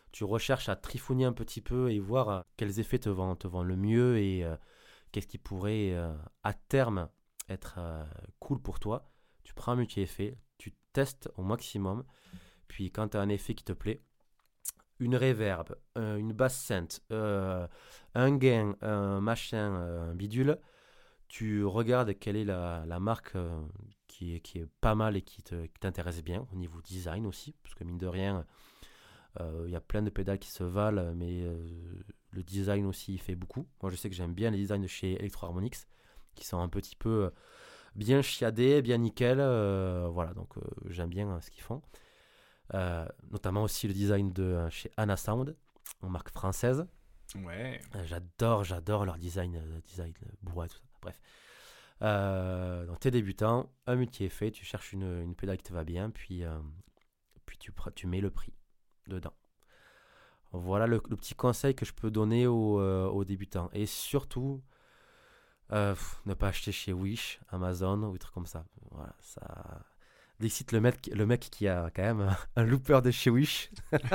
tu recherches à trifouiller un petit peu et voir euh, quels effets te vont, te vont le mieux et euh, qu'est-ce qui pourrait euh, à terme être euh, cool pour toi. Tu prends un multi-effet, tu testes au maximum, puis quand tu as un effet qui te plaît, une reverb, euh, une basse synth, euh, un gain, un machin, euh, un bidule, tu regardes quelle est la, la marque euh, qui, est, qui est pas mal et qui, te, qui t'intéresse bien, au niveau design aussi, parce que mine de rien, il euh, y a plein de pédales qui se valent, mais euh, le design aussi, il fait beaucoup. Moi, je sais que j'aime bien les designs de chez Electro-Harmonix, qui sont un petit peu euh, bien chiadés, bien nickel. Euh, voilà, donc euh, j'aime bien euh, ce qu'ils font. Euh, notamment aussi le design de euh, chez Anna Sound, en marque française. Ouais. Euh, j'adore, j'adore leur design, euh, design euh, bourré, tout ça. Bref. Euh, donc, t'es débutant, un multi-effet, tu cherches une, une pédale qui te va bien, puis, euh, puis tu, tu mets le prix dedans. Voilà le, le petit conseil que je peux donner aux, euh, aux débutants. Et surtout, euh, pff, ne pas acheter chez Wish, Amazon ou des trucs comme ça. Voilà, ça décide le mec, le mec qui a quand même un, un looper de chez Wish.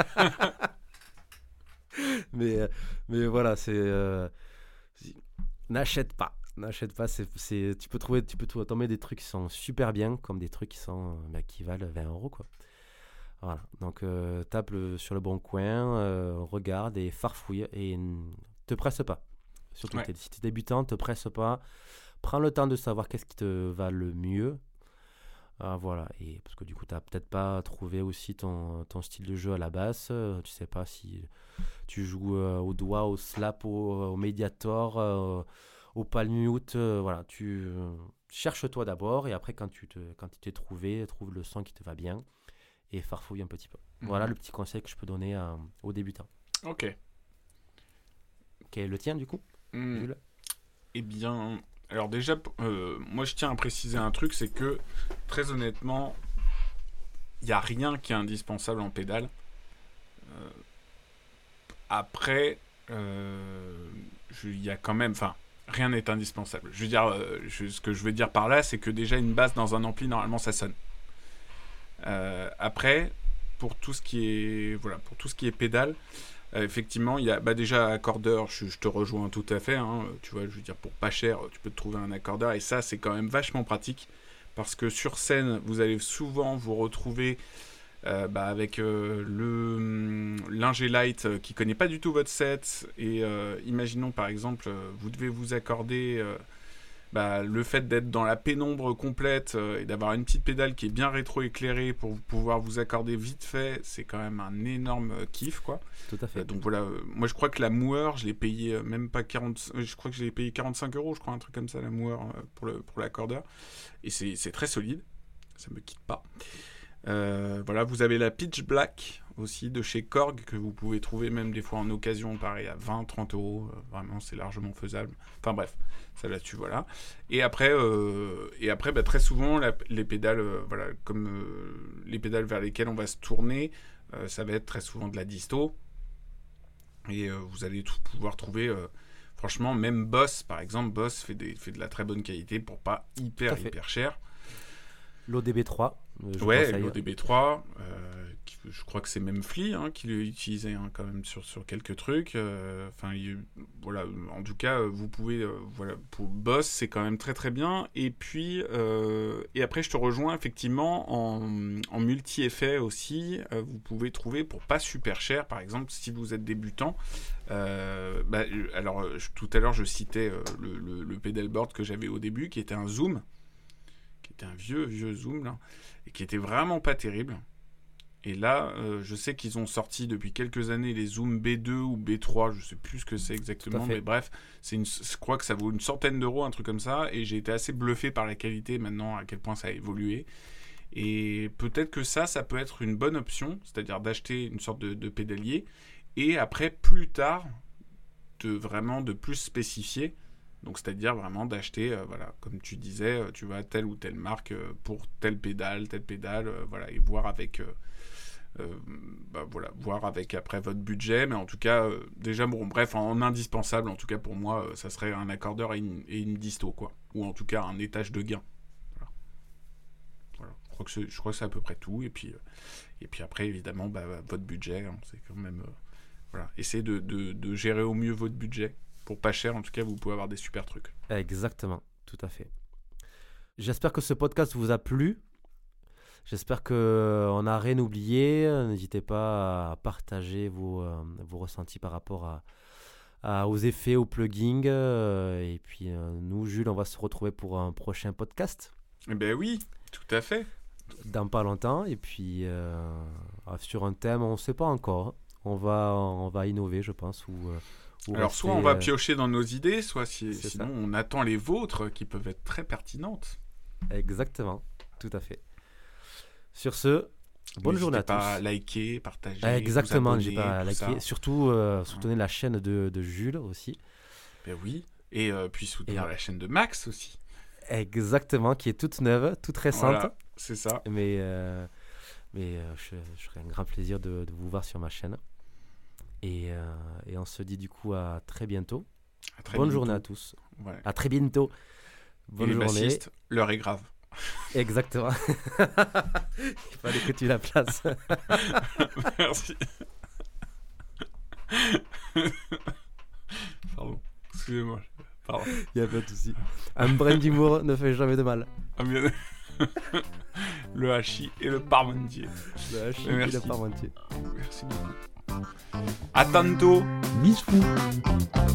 mais, mais voilà, c'est... Euh, n'achète pas. N'achète pas, c'est, c'est, tu peux trouver, tu peux tomber des trucs qui sont super bien, comme des trucs qui, sont, bah, qui valent vingt euros, quoi. Voilà, donc euh, tape le, sur le bon coin, euh, regarde et farfouille et n- te presse pas. Surtout Ouais. t'es, si tu es débutant, te presse pas. Prends le temps de savoir qu'est-ce qui te va le mieux. Ah, voilà, et parce que du coup, tu n'as peut-être pas trouvé aussi ton, ton style de jeu à la basse. Euh, tu sais pas si tu joues euh, au doigt, au slap, au, au mediator, euh, au palm mute. Euh, voilà, tu euh, cherche-toi d'abord et après, quand tu te, quand tu t'es trouvé, trouve le son qui te va bien et farfouille un petit peu. Mhm. Voilà le petit conseil que je peux donner à, aux débutants. Ok. Quel est le tien du coup, Mm. Jules? Eh bien, alors déjà, euh, moi je tiens à préciser un truc, c'est que très honnêtement, il n'y a rien qui est indispensable en pédale. Euh, après, euh, il y a quand même, enfin, rien n'est indispensable. Je veux dire, euh, je, ce que je veux dire par là, c'est que déjà une basse dans un ampli, normalement, ça sonne. Euh, après, pour tout ce qui est, voilà, pour tout ce qui est pédale, euh, effectivement, il y a bah déjà accordeur, je, je te rejoins tout à fait. Hein, tu vois, je veux dire, pour pas cher, tu peux te trouver un accordeur et ça, c'est quand même vachement pratique parce que sur scène, vous allez souvent vous retrouver euh, bah, avec euh, le l'ingé light euh, qui connaît pas du tout votre set et euh, imaginons par exemple, euh, vous devez vous accorder. Euh, Bah, le fait d'être dans la pénombre complète euh, et d'avoir une petite pédale qui est bien rétro-éclairée pour pouvoir vous accorder vite fait, c'est quand même un énorme euh, kiff, quoi. Tout à fait. Euh, donc voilà, euh, moi je crois que la Mooer, je l'ai payé euh, même pas quarante, euh, je crois que je l'ai payé quarante-cinq euros, je crois, un truc comme ça, la Mooer euh, pour, le, pour l'accordeur. Et c'est, c'est très solide, ça me quitte pas. Euh, voilà, vous avez la Pitch Black aussi de chez Korg que vous pouvez trouver même des fois en occasion, pareil à vingt à trente euros. Euh, vraiment, c'est largement faisable. Enfin bref, ça là-dessus, voilà. Et après, euh, et après bah, très souvent, la, les pédales, euh, voilà, comme euh, les pédales vers lesquelles on va se tourner, euh, ça va être très souvent de la disto. Et euh, vous allez tout pouvoir trouver. Euh, franchement, même Boss, par exemple, Boss fait, des, fait de la très bonne qualité pour pas hyper, hyper cher. L'O D B trois. Je ouais, l'O D B trois, euh, qui, je crois que c'est même Flea hein, qui l'utilisait hein, quand même sur, sur quelques trucs. Enfin, euh, voilà, en tout cas, vous pouvez, euh, voilà, pour Boss, c'est quand même très très bien. Et puis, euh, et après, je te rejoins effectivement en, en multi-effet aussi. Euh, vous pouvez trouver pour pas super cher, par exemple, si vous êtes débutant. Euh, bah, alors, je, tout à l'heure, je citais euh, le, le, le pedalboard que j'avais au début, qui était un Zoom. Qui était un vieux, vieux Zoom, là, et qui était vraiment pas terrible. Et là, euh, je sais qu'ils ont sorti depuis quelques années les Zoom B deux ou B trois, je sais plus ce que c'est exactement, mais bref, c'est une, je crois que ça vaut une centaine d'euros, un truc comme ça, et j'ai été assez bluffé par la qualité maintenant, à quel point ça a évolué. Et peut-être que ça, ça peut être une bonne option, c'est-à-dire d'acheter une sorte de, de pédalier, et après, plus tard, de vraiment de plus spécifier. Donc, c'est-à-dire vraiment d'acheter, euh, voilà, comme tu disais, euh, tu vois, telle ou telle marque euh, pour telle pédale, telle pédale, euh, voilà, et voir avec, euh, euh, bah, voilà, voir avec après votre budget. Mais en tout cas, euh, déjà, bon, bref, en, en indispensable, en tout cas pour moi, euh, ça serait un accordeur et une, et une disto, quoi. Ou en tout cas, un étage de gain. Voilà. Voilà. Je crois que c'est, je crois que c'est à peu près tout. Et puis, euh, et puis après, évidemment, bah, votre budget, hein, c'est quand même... Euh, Voilà, essayez de, de, de gérer au mieux votre budget. Pour pas cher, en tout cas, vous pouvez avoir des super trucs. Exactement, tout à fait. J'espère que ce podcast vous a plu. J'espère qu'on n'a rien oublié. N'hésitez pas à partager vos, euh, vos ressentis par rapport à, à, aux effets, aux plugins. Euh, et puis, euh, nous, Jules, on va se retrouver pour un prochain podcast. Eh ben oui, tout à fait. Dans pas longtemps. Et puis, euh, sur un thème, on ne sait pas encore. On va, on va innover, je pense. Ou, ou Alors, rester, soit on va euh... piocher dans nos idées, soit si, sinon ça. on attend les vôtres qui peuvent être très pertinentes. Exactement, tout à fait. Sur ce, bonne N'hésitez journée à tous. N'hésitez pas à liker, partager, Exactement, vous n'hésitez pas à liker. Ça. Surtout, euh, soutenez la chaîne de, de Jules aussi. Ben oui, et euh, puis soutenir et... la chaîne de Max aussi. Exactement, qui est toute neuve, toute récente. Voilà, c'est ça. Mais, euh, mais euh, je, je ferai un grand plaisir de, de vous voir sur ma chaîne. Et, euh, et on se dit du coup à très bientôt. À très Bonne bientôt. journée à tous. Ouais. À très bientôt. Bonne et les journée. Bassistes, l'heure est grave. Exactement. Il fallait que tu la places. Merci. Pardon. Excusez-moi. Pardon. Il n'y a pas de souci. Un brin d'humour ne fait jamais de mal. Ah, bien. Le hachis et le parmentier. Le hachis et le parmentier. Merci beaucoup. À tantôt. Bisous.